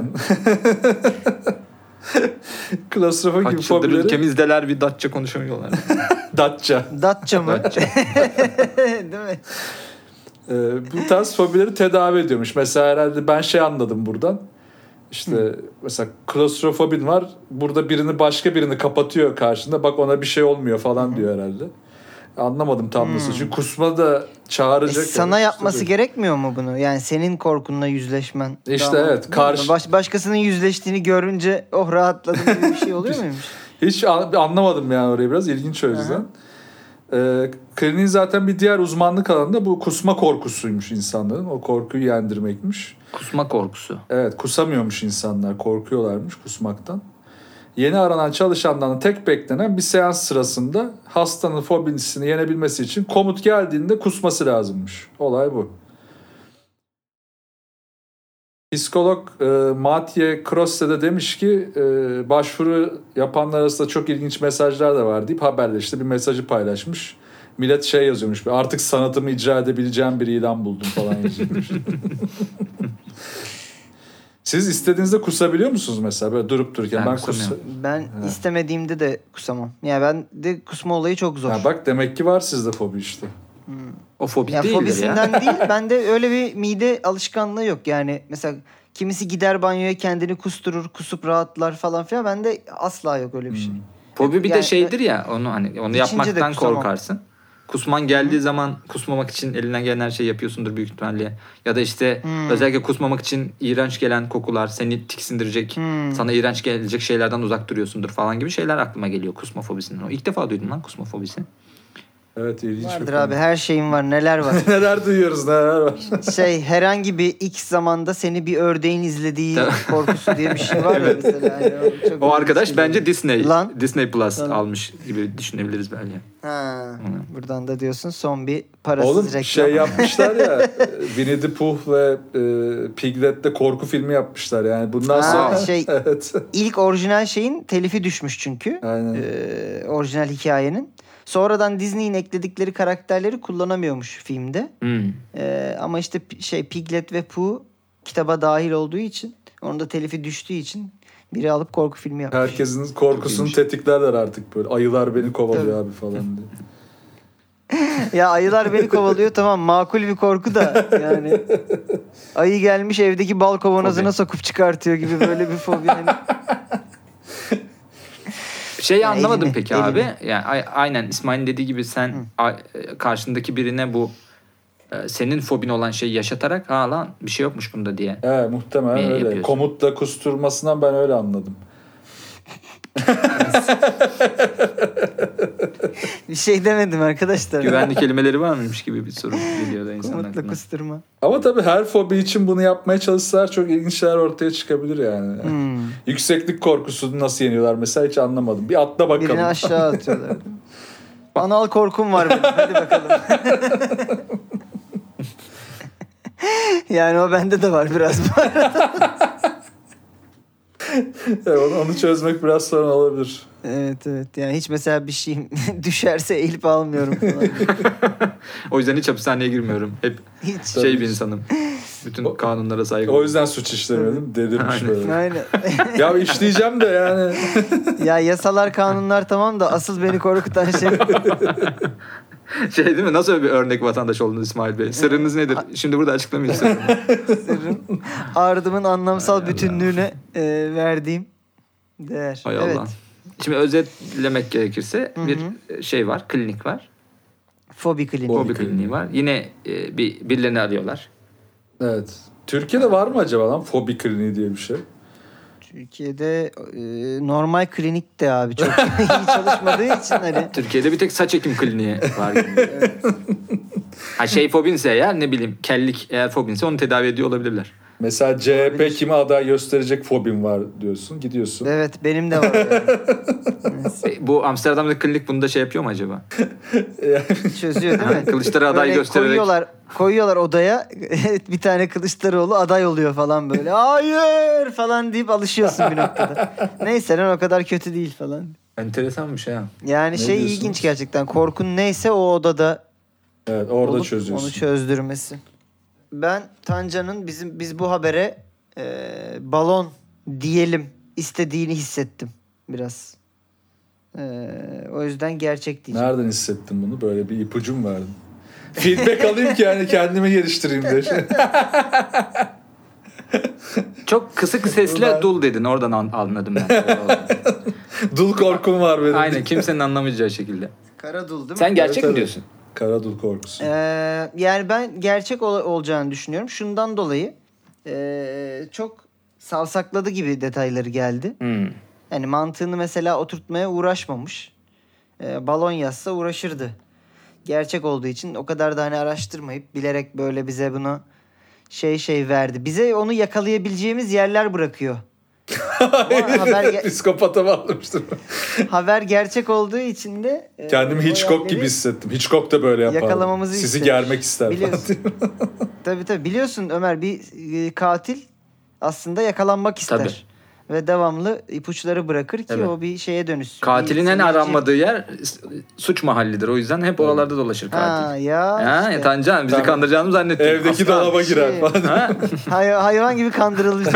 S3: Klostrofobi gibi
S4: Kaç yıldır
S3: fobileri.
S4: ülkemizdeler bir Datça konuşamıyorlar.
S3: Datça.
S2: Datça mı?
S4: Datça.
S2: Değil mi?
S3: Ee, bu tarz fobileri tedavi ediyormuş. Mesela herhalde ben şey anladım buradan. İşte Hı. mesela klostrofobin var. Burada birini başka birini kapatıyor karşında. Bak ona bir şey olmuyor falan Hı. diyor herhalde. Anlamadım tam nasıl. Çünkü kusma da çağıracak.
S2: E, sana
S3: yani.
S2: yapması
S3: İşte
S2: gerekmiyor mu bunu? Yani senin korkunla yüzleşmen.
S3: İşte
S2: Daha
S3: evet,
S2: mı?
S3: karşı-
S2: Baş, başkasının yüzleştiğini görünce oh rahatladım gibi bir şey oluyor muymuş?
S3: Hiç an- anlamadım yani orayı biraz. İlginç o yüzden. E, kliniğin zaten bir diğer uzmanlık alanı da bu kusma korkusuymuş insanların. O korkuyu yendirmekmiş.
S4: Kusma korkusu.
S3: Evet, kusamıyormuş insanlar. Korkuyorlarmış kusmaktan. Yeni aranan çalışandan tek beklenen bir seans sırasında hastanın fobisini yenebilmesi için komut geldiğinde kusması lazımmış. Olay bu. Psikolog e, Mathieu Crosse de demiş ki e, başvuru yapanlar arasında çok ilginç mesajlar da var deyip haberle işte bir mesajı paylaşmış. Millet şey yazıyormuş, artık sanatımı icra edebileceğim bir ilan buldum falan yazıyormuş. Siz istediğinizde kusabiliyor musunuz mesela böyle durup dururken?
S4: Ben
S3: Ben, kus
S2: Ben
S3: Ha.
S2: istemediğimde de kusamam. Yani ben de kusma olayı çok zor.
S3: Ha, bak demek ki var sizde fobi işte.
S4: O fobi
S2: Ya
S4: değildir
S2: fobisinden
S4: ya.
S2: değil. Bende öyle bir mide alışkanlığı yok. Yani mesela kimisi gider banyoya kendini kusturur, kusup rahatlar falan filan. Bende asla yok öyle bir şey.
S4: Fobi bir
S2: Yani-
S4: de şeydir ya, onu hani onu
S2: İçince de
S4: yapmaktan
S2: kusamam.
S4: korkarsın. Kusman geldiği zaman kusmamak için elinden gelen her şeyi yapıyorsundur büyük ihtimalle. Ya da işte
S2: Hmm.
S4: özellikle kusmamak için iğrenç gelen kokular, seni tiksindirecek,
S2: Hmm.
S4: sana iğrenç gelecek şeylerden uzak duruyorsundur falan gibi şeyler aklıma geliyor kusma fobisinden. O ilk defa duydum lan kusma fobisi.
S3: Evet, ilginç bir
S2: Vardır
S3: konu.
S2: abi, her şeyin var, neler var.
S3: Neler duyuyoruz, neler var.
S2: Şey, herhangi bir X zamanda seni bir ördeğin izlediği
S4: Tabii.
S2: korkusu diye bir şey var ya mesela. Yani o çok
S4: O arkadaş
S2: ilginç
S4: bence
S2: geliyor.
S4: Disney
S2: Lan.
S4: Disney Plus
S2: Lan.
S4: almış gibi düşünebiliriz belki.
S2: Ha, buradan da diyorsun son bir parasız
S3: Oğlum
S2: reklam.
S3: şey yapmışlar ya Winnie the Pooh ve e, Piglet'te korku filmi yapmışlar yani bundan
S2: Ha,
S3: sonra
S2: şey-
S3: evet.
S2: İlk orijinal şeyin telifi düşmüş çünkü.
S3: Aynen.
S2: Ee, orijinal hikayenin. Sonradan Disney'in ekledikleri karakterleri kullanamıyormuş filmde.
S4: Hmm.
S2: Ee, ama işte pi- şey Piglet ve Pooh kitaba dahil olduğu için, onun da telifi düştüğü için biri alıp korku filmi yapmış.
S3: Herkesin korkusunu tetiklerler artık böyle. Ayılar beni kovalıyor abi falan diye.
S2: Ya ayılar beni kovalıyor, tamam, makul bir korku da yani. Ayı gelmiş evdeki bal kavanozuna
S4: Fobi.
S2: sokup çıkartıyor gibi böyle bir fobi. Yani.
S4: Şeyi
S2: Ya
S4: anlamadım
S2: elini,
S4: peki
S2: elini.
S4: abi. Yani a- aynen İsmail'in dediği gibi sen a- karşındaki birine bu e, senin fobin olan şeyi yaşatarak ha lan bir şey yokmuş bunda diye.
S3: He, muhtemelen
S4: Ne
S3: öyle.
S4: yapıyorsun?
S3: Komutla kusturmasından ben öyle anladım.
S2: Bir şey demedim arkadaşlar.
S4: Güvenli kelimeleri var mıymış gibi bir soru geliyor da insanın
S2: Komutla
S4: aklına.
S2: kusturma.
S3: Ama tabii her fobi için bunu yapmaya çalışsalar çok ilginç şeyler ortaya çıkabilir yani.
S2: Hmm.
S3: Yükseklik korkusunu nasıl yeniyorlar mesela hiç anlamadım. Bir atla bakalım.
S2: Birini aşağı atıyorlar. Anal korkum var benim. Hadi bakalım. Yani o bende de var biraz.
S3: Evet, onu, onu çözmek biraz sorun olabilir.
S2: Evet evet. Yani hiç mesela bir şeyim düşerse eğilip almıyorum falan.
S4: O yüzden hiç hapishaneye girmiyorum. Hep
S2: Hiç.
S4: şey bir insanım. Bütün kanunlara saygı.
S3: O yüzden suç işlemedim. Delirmiş
S4: Aynen.
S3: böyle.
S2: Aynen.
S3: Ya işleyeceğim de yani.
S2: Ya yasalar kanunlar tamam da asıl beni korkutan şey
S4: Şey değil mi? Nasıl bir örnek vatandaş oldunuz İsmail Bey? Sırrınız nedir? Şimdi burada açıklamayın sırrını.
S2: sırrım. Ardımın anlamsal bütünlüğüne e, verdiğim değer.
S4: Hay
S2: Evet.
S4: Allah. Şimdi özetlemek gerekirse
S2: Hı hı.
S4: bir şey var, klinik var.
S2: Fobi kliniği.
S4: Fobi kliniği var. Yine e, bir birilerini arıyorlar.
S3: Evet. Türkiye'de var mı acaba lan fobi kliniği diye bir şey?
S2: Türkiye'de e, normal klinik de abi çok iyi çalışmadığı için hani.
S4: Türkiye'de bir tek saç ekim kliniği var. Gibi. Ha şey fobinse eğer ne bileyim kellik eğer fobinse onu tedavi ediyor olabilirler.
S3: Mesela C H P
S2: Olabilir.
S3: kime aday gösterecek fobim var diyorsun. Gidiyorsun.
S2: Evet benim de var. Yani.
S4: E, Bu Amsterdam'daki klinik bunu da şey yapıyor mu acaba?
S2: Çözüyor değil mi?
S4: Kılıçları aday
S2: Böyle
S4: göstererek.
S2: Koyuyorlar, koyuyorlar odaya bir tane Kılıçdaroğlu aday oluyor falan böyle. Hayır falan deyip alışıyorsun bir noktada. Neyse lan o kadar kötü değil falan.
S4: Enteresanmış ha.
S2: Yani
S3: Ne
S2: şey
S3: diyorsunuz?
S2: ilginç gerçekten. Korkun neyse o odada
S3: Evet, orada
S2: olup
S3: çözüyorsun.
S2: onu çözdürmesi. Ben Tanca'nın bizim biz bu habere e, balon diyelim istediğini hissettim biraz. E, o yüzden gerçek diyeceğim.
S3: Nereden hissettin bunu? Böyle bir ipucu mu verdin? Feedback alayım ki yani kendimi geliştireyim diye.
S4: Çok kısık sesle
S3: Ulan.
S4: dul dedin. Oradan an- anladım ben.
S3: Dul korkum var benim.
S4: Aynen kimsenin anlamayacağı şekilde.
S2: Karadul değil mi?
S4: Sen gerçek
S3: Evet,
S4: mi
S3: evet.
S4: diyorsun?
S3: Kara dul korkusu.
S2: Ee, yani ben gerçek ol- olacağını düşünüyorum. Şundan dolayı ee, çok savsakladı gibi detayları geldi.
S4: Hmm.
S2: Yani mantığını mesela oturtmaya uğraşmamış. Ee, balon yazsa uğraşırdı. gerçek olduğu için o kadar da hani araştırmayıp bilerek böyle bize bunu şey şey verdi. Bize onu yakalayabileceğimiz yerler bırakıyor. Ama haber ge-
S3: Psikopata bağlamıştır.
S2: haber gerçek olduğu için de e,
S3: Kendimi
S2: o
S3: Hitchcock
S2: yerleri
S3: gibi hissettim. Hitchcock da böyle yapar.
S2: yakalamamızı
S3: Sizi
S2: istemiş.
S3: germek ister.
S2: Biliyorsun. Tabii tabii. Biliyorsun Ömer, bir e, katil aslında yakalanmak ister.
S4: Tabii.
S2: Ve devamlı ipuçları bırakır ki
S4: Evet.
S2: o bir şeye dönüşsün.
S4: Katilin
S2: Bir
S4: en
S2: seyirci-
S4: aranmadığı yer suç mahallidir. O yüzden hep oralarda dolaşır
S2: Ha
S4: katil.
S2: ya.
S4: Ha,
S2: işte.
S4: Tancan bizi
S3: Tabii.
S4: kandıracağını zannettin.
S3: Evdeki
S4: Aslan.
S3: dolaba girer
S2: Şey-
S3: falan.
S4: Ha?
S2: Hay- hayvan gibi kandırılmış.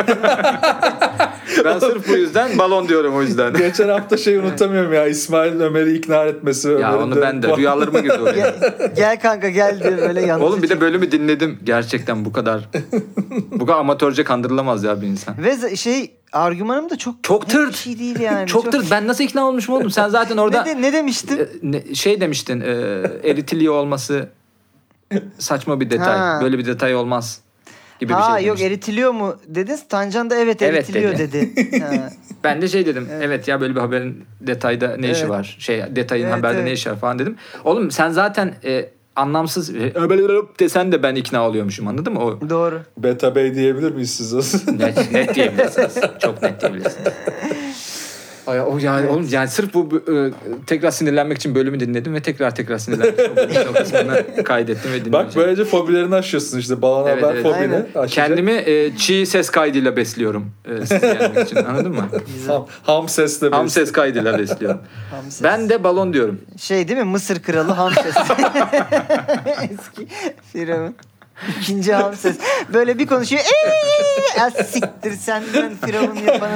S4: Ben sırf bu yüzden balon diyorum o yüzden.
S3: Geçen hafta şey unutamıyorum ya. İsmail'in Ömer'i ikna etmesi.
S4: Ya
S3: Ömer'in
S4: onu ben de rüyalarıma girdi oraya.
S2: gel, gel kanka gel diye böyle yalnız.
S4: Oğlum bir de bölümü dinledim. Gerçekten bu kadar bu kadar amatörce kandırılamaz ya bir insan.
S2: Ve z- şey argümanım da çok
S4: Çok
S2: net bir
S4: tırt.
S2: şey değil yani.
S4: Çok tırt. Ben nasıl ikna olmuşum oğlum? Sen zaten orada
S2: Ne, de- ne demiştim?
S4: e, ne- şey demiştin. E, eritilio olması saçma bir detay.
S2: Ha.
S4: Böyle bir detay olmaz gibi bir
S2: Ha
S4: şey
S2: yok,
S4: demiştin.
S2: eritiliyor mu dedin. Tancan da evet
S4: Evet
S2: eritiliyor
S4: dedi.
S2: dedi. Ha.
S4: Ben de şey dedim. Evet. ya böyle bir haberin detayda ne işi
S2: Evet.
S4: var? Şey detayın
S2: Evet,
S4: haberde
S2: evet.
S4: ne işi var falan dedim. Oğlum sen zaten e, anlamsız e, desen de ben ikna oluyormuşum, anladın mı? O
S2: Doğru.
S3: Beta Bey diyebilir miyiz siz?
S4: net, net diyebilirsiniz. Çok net diyebilirsiniz. Ay, o yani oğlum yani sırf bu, bu e, tekrar sinirlenmek için bölümü dinledim ve tekrar tekrar sinirlenmek için o bölümün o kısmını kaydettim ve dinledim.
S3: Bak böylece fobilerini aşıyorsun işte. Balon
S4: Evet,
S3: haber
S4: evet.
S3: fobini
S2: Aynen.
S3: aşacak.
S4: Kendimi e, çiğ ses kaydıyla besliyorum. E, sizi yenmek için, anladın mı?
S2: Güzel.
S3: Ham, ham sesle
S4: Ham
S3: besliyor.
S4: ses kaydıyla besliyorum.
S2: Hamses.
S4: Ben de balon diyorum.
S2: Şey değil mi? Mısır kralı Hamses. Eski Firavun. İkinci Hamses. Böyle bir konuşuyor. Eee, az siktir senden Firavun yapanın.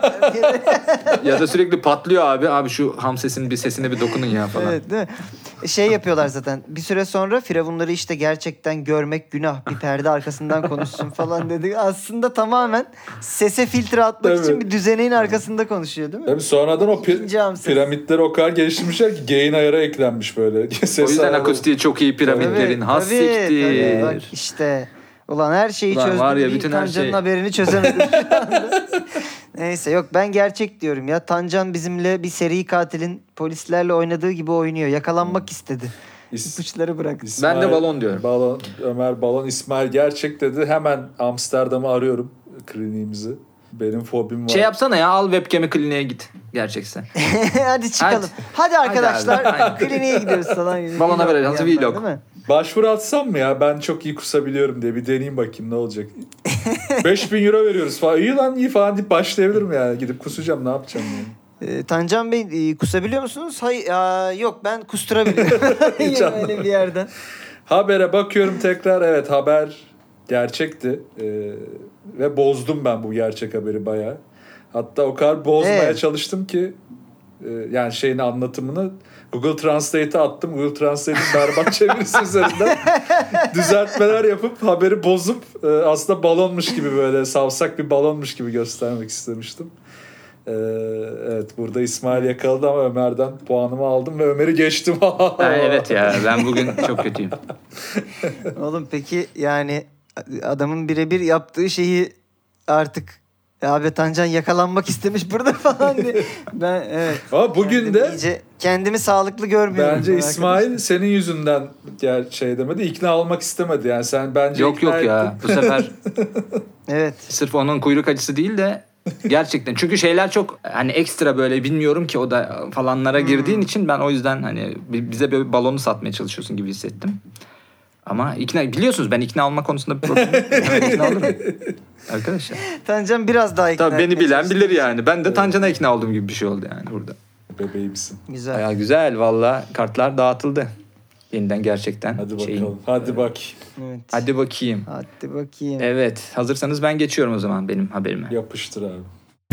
S4: Ya da sürekli patlıyor abi. Abi şu ham sesin bir sesine bir dokunun ya falan.
S2: Evet değil mi? Şey yapıyorlar zaten. Bir süre sonra Firavunları işte gerçekten görmek günah. Bir perde arkasından konuşsun falan dedi. Aslında tamamen sese filtre atmak
S3: Tabii.
S2: için bir düzeneğin arkasında konuşuyor değil mi?
S3: Tabii sonradan o pi-
S2: İkinci Hamses.
S3: piramitleri o kadar geliştirmişler ki gain ayarı eklenmiş böyle. Ses
S4: O yüzden
S3: ayarı-
S4: akustiği çok iyi piramitlerin. Has
S2: tabii, tabii.
S4: siktir.
S2: Bak işte. Ulan her şeyi
S4: Ulan
S2: çözdüm.
S4: var ya,
S2: bir
S4: bütün her
S2: Tancan'ın
S4: şey.
S2: haberini çözemedim şu anda. Neyse yok, ben gerçek diyorum ya. Tancan bizimle bir seri katilin polislerle oynadığı gibi oynuyor. Yakalanmak istedi.
S3: İs-
S2: İpuçları bırak.
S3: İsmail-
S4: Ben de balon diyorum.
S3: Balon, Ömer balon. İsmail gerçek dedi. Hemen Amsterdam'ı arıyorum kliniğimizi. Benim fobim var.
S4: Şey yapsana ya, al webcam'i kliniğe git. Gerçekse.
S2: Hadi çıkalım. Hadi,
S4: Hadi.
S2: arkadaşlar.
S4: Hadi abi.
S2: Kliniğe gidiyoruz falan. gibi.
S4: Balona
S2: Vlog
S4: verelim,
S2: bir yandan,
S4: vlog.
S2: değil mi?
S3: Başvuru atsam mı ya? Ben çok iyi kusabiliyorum diye. Bir deneyeyim bakayım ne olacak. beş bin euro veriyoruz falan. İyi lan iyi falan deyip başlayabilirim yani. Gidip kusacağım, ne yapacağım yani.
S2: Ee, Tancan Bey, e, kusabiliyor musunuz? Hayır, aa, yok ben kusturabiliyorum.
S3: Hiç
S2: Yine öyle bir yerden.
S3: Habere bakıyorum tekrar. Evet, haber gerçekti. Ee, ve bozdum ben bu gerçek haberi bayağı. Hatta o kadar bozmaya
S2: Evet.
S3: çalıştım ki e, yani şeyin anlatımını Google Translate'e attım. Google Translate'in berbat çevirisi üzerinden düzeltmeler yapıp haberi bozup e, aslında balonmuş gibi, böyle savsak bir balonmuş gibi göstermek istemiştim. Ee, evet, burada İsmail yakaladı ama Ömer'den puanımı aldım ve Ömer'i geçtim.
S4: Ha, evet ya, ben bugün çok kötüyüm.
S2: Oğlum peki yani adamın birebir yaptığı şeyi artık abi Tancan yakalanmak istemiş burada falan diye. Ben evet.
S3: Ama bugün
S2: kendimi
S3: de
S2: iyice, kendimi sağlıklı görmüyorum.
S3: bence
S2: ben
S3: İsmail
S2: arkadaşlar.
S3: senin yüzünden gel şey demedi, ikna olmak istemedi yani. Sen bence
S4: Yok
S3: ikna
S4: yok ya,
S3: ettin.
S4: bu sefer
S2: Evet.
S4: sırf onun kuyruk acısı değil de gerçekten. Çünkü şeyler çok hani ekstra, böyle bilmiyorum ki o da falanlara girdiğin için ben o yüzden hani bize böyle balonu satmaya çalışıyorsun gibi hissettim. Ama ikna, biliyorsunuz ben ikna olma konusunda bir problem yok. Hemen ikna olurum. Arkadaşlar.
S2: Tancan biraz daha ikna
S4: Tabii beni
S2: etmeye
S4: bilen
S2: çalıştı.
S4: bilir yani. Ben de Tancan'a ikna olduğum gibi bir şey oldu yani burada.
S3: Bebeğimsin.
S2: Güzel.
S4: Bayağı güzel valla, kartlar dağıtıldı. Yeniden gerçekten.
S3: Hadi bakalım.
S4: şeyin-
S3: Hadi bak.
S2: Evet.
S4: Hadi bakayım.
S2: Hadi bakayım.
S4: Evet, hazırsanız ben geçiyorum o zaman benim haberime.
S3: Yapıştır abi.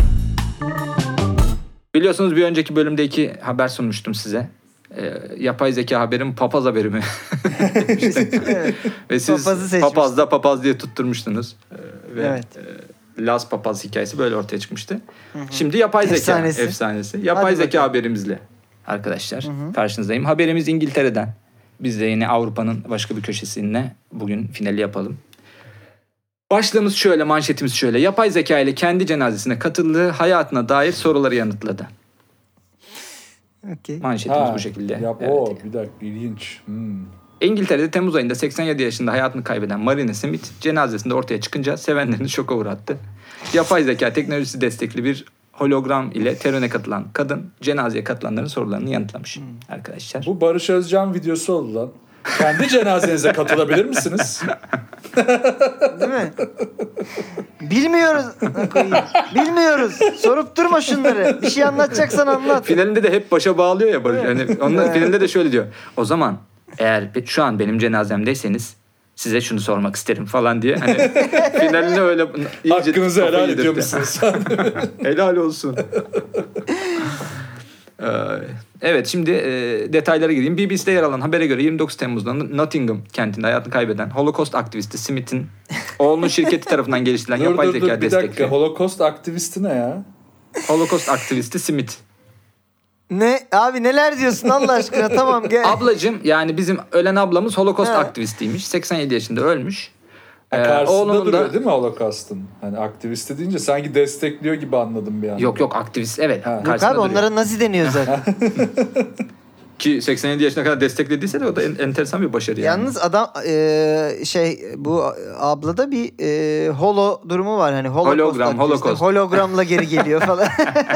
S4: Biliyorsunuz bir önceki bölümde iki haber sunmuştum size. Ee, yapay zeka haberim papaz haberi mi?
S2: Evet.
S4: Ve siz
S2: Papazı seçmiştin.
S4: papaz da papaz diye tutturmuştunuz. Ee, ve
S2: Evet.
S4: e, Laz papaz hikayesi böyle ortaya çıkmıştı. Şimdi yapay zeka
S2: Efsanesi.
S4: efsanesi. Yapay
S2: Hadi
S4: zeka
S2: bakalım.
S4: haberimizle arkadaşlar karşınızdayım. Haberimiz İngiltere'den. Biz de yine Avrupa'nın başka bir köşesinde bugün finali yapalım. Başlığımız şöyle, manşetimiz şöyle. Yapay zeka ile kendi cenazesine katıldığı hayatına dair soruları yanıtladı.
S2: Okay.
S4: Manşetimiz
S3: Ha,
S4: bu şekilde.
S3: Yap,
S4: Evet.
S3: o bir dakika ilginç. Hmm.
S4: İngiltere'de Temmuz ayında seksen yedi yaşında hayatını kaybeden Marina Smith cenazesinde ortaya çıkınca sevenlerini şoka uğrattı. Yapay zeka teknolojisi destekli bir hologram ile törene katılan kadın cenazeye katılanların sorularını yanıtlamış hmm. arkadaşlar.
S3: Bu Barış Özcan videosu oldu lan. Kendi cenazenize katılabilir misiniz?
S2: Değil mi? Bilmiyoruz. Bilmiyoruz. Sorup durma şunları. Bir şey anlatacaksan anlat.
S4: Finalinde de hep başa bağlıyor ya Barış. Yani onun
S2: Evet.
S4: finalinde de şöyle diyor. O zaman eğer şu an benim cenazemdeyseniz size şunu sormak isterim falan diye. Hani finalini öyle iyice
S3: Hakkınızı
S4: kafayı
S3: helal
S4: yedirtti.
S3: ediyor musunuz?
S4: Helal olsun. Ee, evet şimdi e, detaylara gireyim. B B C'de yer alan habere göre yirmi dokuz Temmuz'da Nottingham kentinde hayatını kaybeden Holocaust aktivisti Smith'in oğlunun şirketi tarafından geliştirilen
S3: dur
S4: yapay
S3: dur dur
S4: zeka
S3: bir dakika.
S4: destekli
S3: Holocaust aktivisti ne ya?
S4: Holocaust aktivisti Smith.
S2: Ne? Abi neler diyorsun Allah aşkına? Tamam gel.
S4: Ablacım yani bizim ölen ablamız Holocaust
S2: He.
S4: aktivistiymiş. seksen yedi yaşında ölmüş.
S3: Ha,
S4: Ee,
S3: karşısında
S4: oğlunun
S3: duruyor
S4: da
S3: değil mi Holocaust'un? Hani aktivisti deyince sanki destekliyor gibi anladım bir an.
S4: yok yok aktivist evet.
S3: Ha.
S2: Yok
S4: karşısında
S2: abi
S4: duruyor.
S2: onlara nazi deniyor zaten.
S4: Ki seksen yedi yaşına kadar desteklediyse de o da en, enteresan bir başarı yani.
S2: Yalnız adam e, şey bu ablada bir e, holo durumu var. Hani holocaust
S4: Hologram,
S2: aktivisti.
S4: holocaust.
S2: Hologramla geri geliyor falan.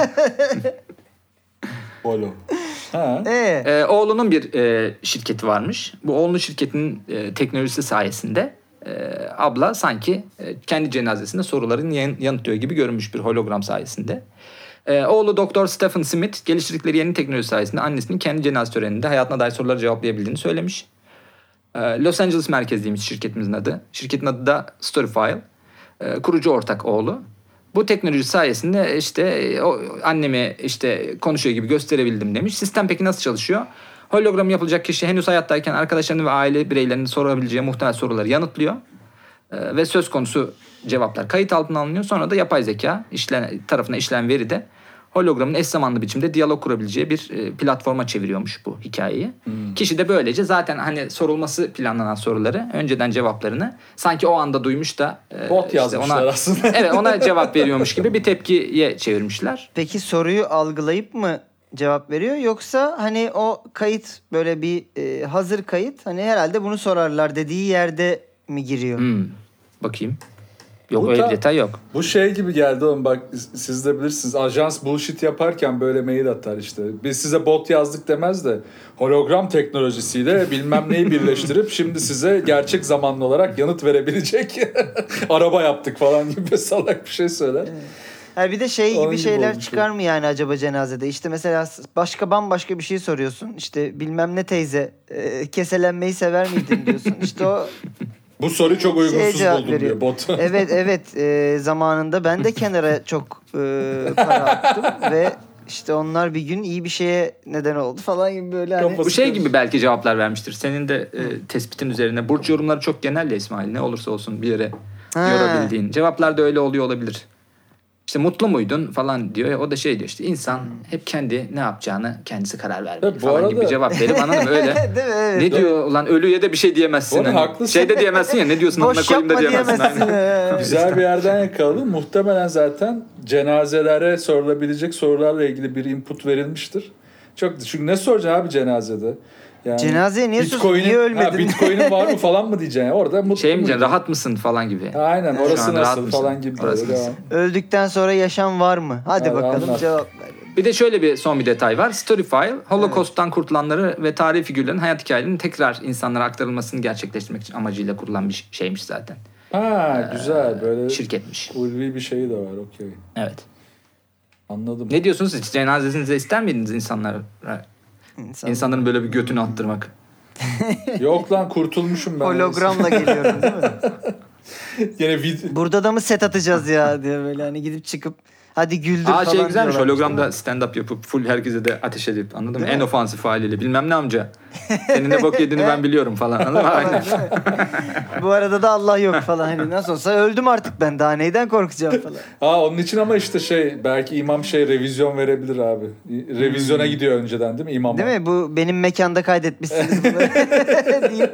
S3: Holo. Ha.
S2: ee,
S4: Ee, oğlunun bir e, şirketi varmış. Bu oğlunun şirketinin e, teknolojisi sayesinde e, abla sanki e, kendi cenazesinde soruların yan, yanıtlıyor gibi görünmüş bir hologram sayesinde. E, oğlu Doktor Stephen Smith geliştirdikleri yeni teknoloji sayesinde annesinin kendi cenaze töreninde hayatına dair soruları cevaplayabildiğini söylemiş. E, Los Angeles merkezliymiş şirketimizin adı. Şirketin adı da Storyfile. E, kurucu ortak oğlu. Bu teknoloji sayesinde işte o annemi işte konuşuyor gibi gösterebildim demiş. Sistem peki nasıl çalışıyor? Hologram yapılacak kişi henüz hayattayken arkadaşlarını ve aile bireylerinin sorabileceği muhtemel soruları yanıtlıyor. Ee, ve söz konusu cevaplar kayıt altına alınıyor. Sonra da yapay zeka işlen, tarafına işlenen veri de hologramın eş zamanlı biçimde diyalog kurabileceği bir e, platforma çeviriyormuş bu hikayeyi. Hmm. Kişi de böylece zaten hani sorulması planlanan soruları önceden cevaplarını sanki o anda duymuş da
S3: e, bot işte yazmışlar
S4: ona,
S3: aslında.
S4: Evet ona cevap veriyormuş gibi bir tepkiye çevirmişler.
S2: Peki soruyu algılayıp mı cevap veriyor yoksa hani o kayıt böyle bir e, hazır kayıt hani herhalde bunu sorarlar dediği yerde mi giriyor?
S4: Hmm. Bakayım. Yok
S3: Bu
S4: öyle
S3: ta-
S4: bir detay yok.
S3: Bu şey gibi geldi oğlum bak siz de bilirsiniz. Ajans bullshit yaparken böyle mail atar işte. Biz size bot yazdık demez de hologram teknolojisiyle bilmem neyi birleştirip şimdi size gerçek zamanlı olarak yanıt verebilecek araba yaptık falan gibi salak bir şey söyler.
S2: Evet. Yani bir de şey
S3: Onun
S2: gibi
S3: gibi
S2: şeyler
S3: olmuş
S2: çıkar mı yani acaba cenazede? İşte mesela başka bambaşka bir şey soruyorsun. İşte bilmem ne teyze e, keselenmeyi sever miydin diyorsun. İşte o
S3: bu soruyu çok uygunsuz
S2: cevap
S3: buldum
S2: veriyor.
S3: diyor bot.
S2: Evet evet e, zamanında ben de kenara çok e, para attım ve işte onlar bir gün iyi bir şeye neden oldu falan gibi böyle hani.
S4: Bu şey gibi belki cevaplar vermiştir. Senin de e, tespitin üzerine. Burç yorumları çok genel ya İsmail. Ne olursa olsun bir yere
S2: Ha.
S4: yorabildiğin. Cevaplar da öyle oluyor olabilir. İşte mutlu muydun falan diyor. O da şey diyor işte insan hep kendi ne yapacağını kendisi karar vermeli
S3: Evet,
S4: falan
S3: arada...
S4: gibi bir cevap verip anladın mı öyle.
S2: Değil mi? Evet.
S4: Ne diyor ulan ölüye de bir şey diyemezsin.
S3: Hani, haklısın.
S4: Şey de diyemezsin ya ne diyorsun amına
S2: Boş
S4: koyayım da
S2: yapma
S4: diyemezsin.
S2: diyemezsin.
S3: Güzel bir yerden yakaladım. Muhtemelen zaten cenazelere sorulabilecek sorularla ilgili bir input verilmiştir. Çok çünkü ne soracaksın abi cenazede? Yani
S2: Cenazeye niye soruyorsun? Niye ölmedin?
S3: Ha, Bitcoin'in var mı falan mı diyeceksin? Orada mutlu
S4: Şey mi diyeceksin
S3: muydun?
S4: rahat mısın falan gibi.
S3: Aynen
S4: Şu
S3: orası
S4: an rahat
S3: nasıl
S4: mısın?
S3: falan gibi.
S4: Orası
S3: Böyle
S4: nasıl?
S3: devam.
S2: Öldükten sonra yaşam var mı? Hadi
S3: Evet,
S2: bakalım
S3: anlat.
S2: cevap ver.
S4: Bir de şöyle bir son bir detay var. Storyfile, Holocaust'tan kurtulanları ve tarihi figürlerin hayat hikayelerinin tekrar insanlara aktarılmasını gerçekleştirmek için amacıyla kurulan bir şeymiş zaten.
S3: Ha güzel böyle
S4: Şirketmiş.
S3: ulvi bir şey de var okey.
S4: Evet.
S3: Anladım.
S4: Ne diyorsunuz hiç cenazenize ister miydiniz insanlara?
S2: İnsan...
S4: İnsanların böyle bir götünü attırmak.
S3: Yok lan kurtulmuşum ben.
S2: Hologramla geliyorum değil mi?
S3: Yine vid-
S2: Burada da mı set atacağız ya diye böyle hani gidip çıkıp hadi güldür
S4: Aa
S2: falan
S4: şey güzelmiş
S2: diyorlar.
S4: hologramda stand-up yapıp full herkese de ateş edip anladın mı? En ofansif haliyle bilmem ne amca. Senin ne bok yediğini ben biliyorum falan anladın mı? Aynen.
S2: Bu arada da Allah yok falan hani nasıl olsa öldüm artık ben daha neyden korkacağım falan.
S3: Aa onun için ama işte şey belki imam şey revizyon verebilir abi. Revizyona
S2: Hmm.
S3: gidiyor önceden değil mi imam?
S2: Değil mi? Bu benim mekanda kaydetmişsiniz bunu. deyip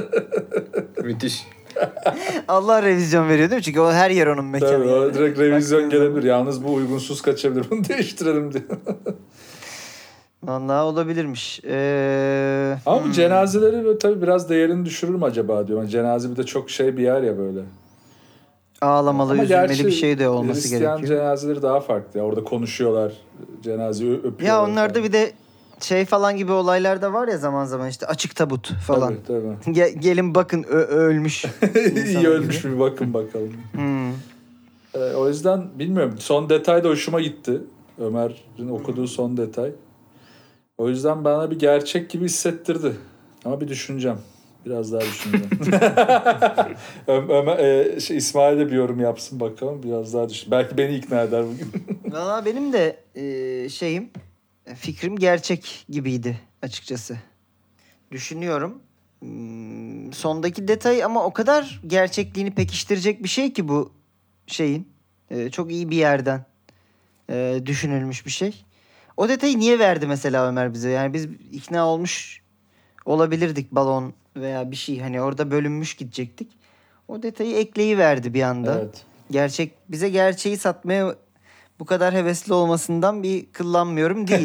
S4: Müthiş.
S2: Allah revizyon veriyor değil mi? Çünkü o her yer onun mekanı.
S3: Tabii o
S2: yani.
S3: direkt revizyon
S2: Baktığın
S3: gelebilir. Yalnız bu uygunsuz kaçabilir. Bunu değiştirelim diye.
S2: Vallahi olabilirmiş. Ee,
S3: Ama
S2: hmm.
S3: bu cenazeleri böyle tabii biraz değerini düşürür mü acaba diyorum. Yani cenaze bir de çok şey bir yer ya böyle.
S2: Ağlamalı,
S3: Ama
S2: üzülmeli
S3: gerçi
S2: bir şey de olması
S3: Hristiyan
S2: gerekiyor.
S3: cenazeleri daha farklı. Ya. Orada konuşuyorlar, cenazeyi öpüyorlar.
S2: Ya onlarda
S3: falan.
S2: bir de şey falan gibi olaylar da var ya zaman zaman işte açık tabut falan.
S3: Tabii tabii.
S2: Ge- gelin bakın ö- ölmüş.
S3: İyi ölmüş bir bakın bakalım.
S2: Hmm.
S3: Ee, o yüzden bilmiyorum. Son detay da hoşuma gitti. Ömer'in okuduğu son detay. O yüzden bana bir gerçek gibi hissettirdi. Ama bir düşüneceğim. Biraz daha düşüneceğim. Ö- Ömer, e, şey, İsmail de bir yorum yapsın bakalım. Biraz daha düşün. Belki beni ikna eder bugün.
S2: Valla benim de e, şeyim fikrim gerçek gibiydi açıkçası. Düşünüyorum. Hmm, sondaki detay ama o kadar gerçekliğini pekiştirecek bir şey ki bu şeyin. E, çok iyi bir yerden e, düşünülmüş bir şey. O detayı niye verdi mesela Ömer bize? Yani biz ikna olmuş olabilirdik balon veya bir şey. Hani orada bölünmüş gidecektik. O detayı ekleyiverdi bir anda.
S3: Evet.
S2: Gerçek bize gerçeği satmaya bu kadar hevesli olmasından bir kıllanmıyorum değil.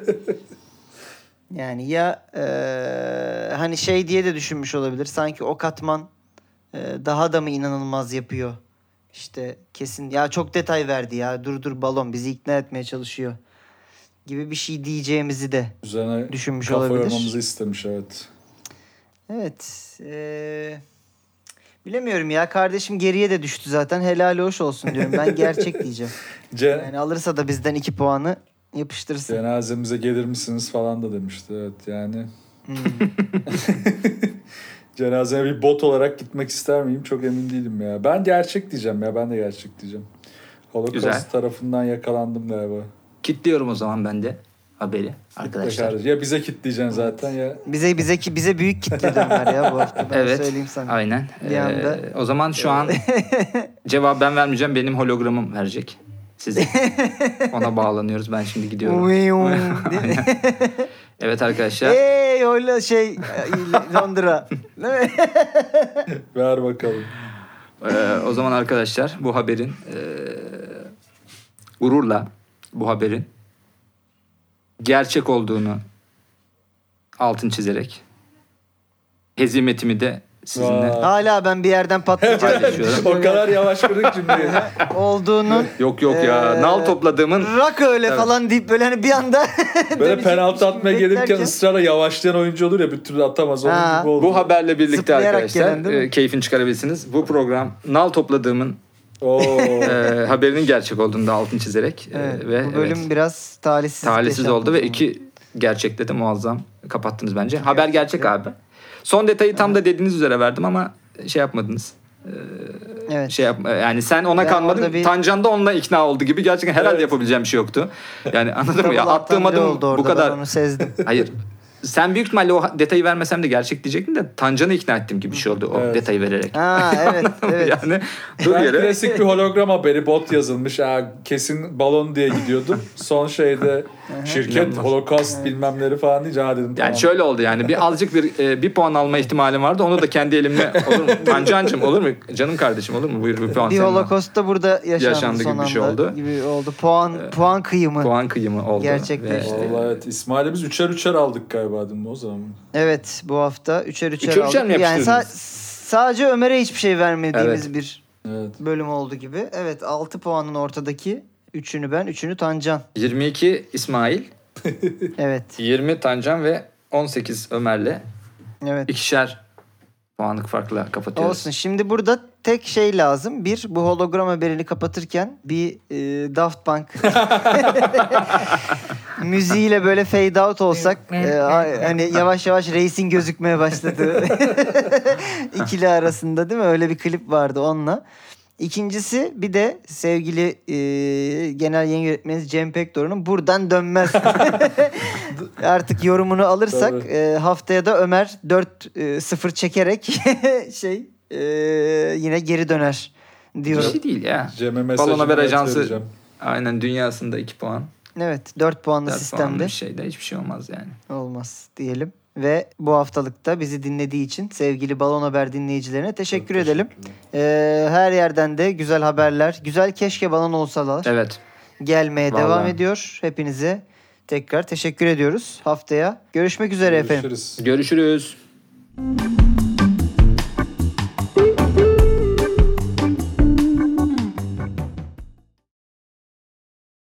S2: Yani ya eee, hani şey diye de düşünmüş olabilir. Sanki o katman eee, daha da mı inanılmaz yapıyor? İşte kesin ya çok detay verdi ya. Dur dur balon bizi ikna etmeye çalışıyor gibi bir şey diyeceğimizi de
S3: Üzerine
S2: düşünmüş
S3: kafa
S2: olabilir.
S3: yormamızı istemiş evet.
S2: Evet. eee, bilemiyorum ya. Kardeşim geriye de düştü zaten. Helali hoş olsun diyorum. Ben gerçek diyeceğim.
S3: Ce-
S2: Yani alırsa da bizden iki puanı yapıştırsın.
S3: Cenazemize gelir misiniz falan da demişti. Evet yani.
S2: Hmm.
S3: Cenazeme bir bot olarak gitmek ister miyim? Çok emin değilim ya. Ben gerçek diyeceğim ya. Ben de gerçek diyeceğim. Holocaust
S4: Güzel.
S3: tarafından yakalandım galiba.
S4: Kitliyorum o zaman ben de haberi arkadaşlar.
S3: Ya bize kitleyeceksin zaten ya.
S2: Bize bize ki bize büyük kitle Ömer ya bu hafta. Ben
S4: Evet.
S2: söyleyeyim sana.
S4: Aynen.
S2: Bir anda.
S4: Ee, o zaman şu an cevap ben vermeyeceğim. Benim hologramım verecek. Size. Ona bağlanıyoruz. Ben şimdi gidiyorum.
S2: Değil mi?
S4: Evet arkadaşlar.
S2: Hey öyle şey Londra. Değil mi?
S3: Ver bakalım.
S4: Ee, o zaman arkadaşlar bu haberin e, gururla bu haberin gerçek olduğunu altın çizerek hezimetimi de sizinle
S3: Vay.
S2: Hala ben bir yerden patlayacağım.
S4: paylaşıyorum.
S3: O kadar yavaş kırık cümleyi.
S2: Olduğunun
S4: Yok yok ya.
S2: Ee,
S4: Nal topladığımın
S2: rak öyle
S4: Evet.
S2: falan deyip böyle hani bir anda
S3: Böyle
S2: dönecekmiş
S3: penaltı
S2: gibi
S3: atmaya gelirken
S2: beklerken-
S3: ısrarla yavaşlayan oyuncu olur ya bir türlü atamaz. Onun
S2: Ha.
S3: gibi oldu.
S4: bu haberle birlikte
S2: Zıplayarak
S4: arkadaşlar
S2: gelen değil mi?
S4: e, keyfini çıkarabilirsiniz. Bu program nal topladığımın
S3: Oo.
S4: e, haberinin gerçek olduğunu da altın çizerek e,
S2: Evet,
S4: ve
S2: bu bölüm
S4: evet,
S2: biraz talihsiz.
S4: talihsiz oldu ve iki gerçekte de muazzam kapattınız bence. Haber gerçek abi. Son detayı tam da dediğiniz üzere verdim ama şey yapmadınız.
S2: Evet.
S4: Şey yapma yani sen ona
S2: Ben
S4: kanmadın.
S2: orada bir-
S4: Tancan da onunla ikna oldu gibi. Gerçekten herhalde
S3: Evet.
S4: yapabileceğim bir şey yoktu. Yani anladın mı ya?
S2: Double
S4: Attığım
S2: entendre
S4: adım
S2: oldu orada,
S4: bu kadar.
S2: ben onu sezdim.
S4: Hayır. Sen büyük ihtimalle o detayı vermesem de gerçek diyecektin de Tancan'ı ikna ettim gibi bir şey oldu o
S3: Evet.
S4: detayı vererek.
S2: Ha evet evet.
S4: Yani dur
S3: Ben
S4: yere.
S3: klasik bir hologram haberi bot yazılmış. Ha, kesin balon diye gidiyordum. Son şeyde şirket
S4: İnanılmaz.
S3: holocaust bilmemleri falan deyince ha dedim
S4: Yani
S3: tamam.
S4: şöyle oldu yani bir azıcık bir e, bir puan alma ihtimalim vardı. Onu da kendi elimle olur mu? Tancancığım olur mu? Canım kardeşim olur mu? Buyur bir puan
S2: Bir
S4: senin al.
S2: holokost da burada yaşandı,
S4: Yaşandı
S2: son
S4: gibi bir şey
S2: anda
S4: oldu.
S2: gibi oldu. Puan puan kıyımı.
S4: Puan kıyımı oldu.
S2: Gerçekleşti.
S4: Ve-
S3: Vallahi evet. İsmail'e biz üçer üçer aldık galiba değil mi o zaman?
S2: Evet bu hafta üçer üçer,
S4: Üçer üçer
S2: aldık.
S4: mi
S2: Yani sa-
S4: yapıştırdınız?
S2: sadece Ömer'e hiçbir şey vermediğimiz
S4: Evet.
S2: bir
S3: Evet.
S2: bölüm oldu gibi. Evet altı puanın ortadaki üçünü ben, üçünü Tancan.
S4: yirmi iki İsmail,
S2: Evet.
S4: yirmi Tancan ve on sekiz Ömer'le
S2: Evet.
S4: ikişer puanlık farkla kapatıyoruz.
S2: Olsun. Şimdi burada tek şey lazım. Bir, bu hologram haberini kapatırken bir e, Daft Punk müziğiyle böyle fade out olsak e, a- hani yavaş yavaş Reis'in gözükmeye başladığı ikili arasında değil mi? Öyle bir klip vardı onunla. İkincisi bir de sevgili e, genel yayın yönetmenimiz Cem Pektor'un buradan dönmez. Artık yorumunu alırsak
S3: Tabii.
S2: e, haftaya da Ömer dört sıfır çekerek şey e, yine geri döner
S4: Bir
S2: diyorum.
S4: şey değil ya.
S3: Cem'e mesajını
S4: Balon Haber
S3: net
S4: Ajansı
S3: vereceğim.
S4: aynen dünyasında iki puan.
S2: Evet dört puanlı
S4: dört puanlı
S2: sistemde
S4: bir şeyde hiçbir şey olmaz yani.
S2: olmaz diyelim. Ve bu haftalıkta bizi dinlediği için sevgili Balon Haber dinleyicilerine teşekkür
S3: Çok
S2: edelim.
S3: teşekkürler.
S2: Ee, her yerden de güzel haberler, güzel keşke balon olsalar
S4: Evet.
S2: gelmeye
S4: Vallahi.
S2: devam ediyor. Hepinize tekrar teşekkür ediyoruz. Haftaya görüşmek üzere efendim.
S3: Görüşürüz.
S4: Görüşürüz.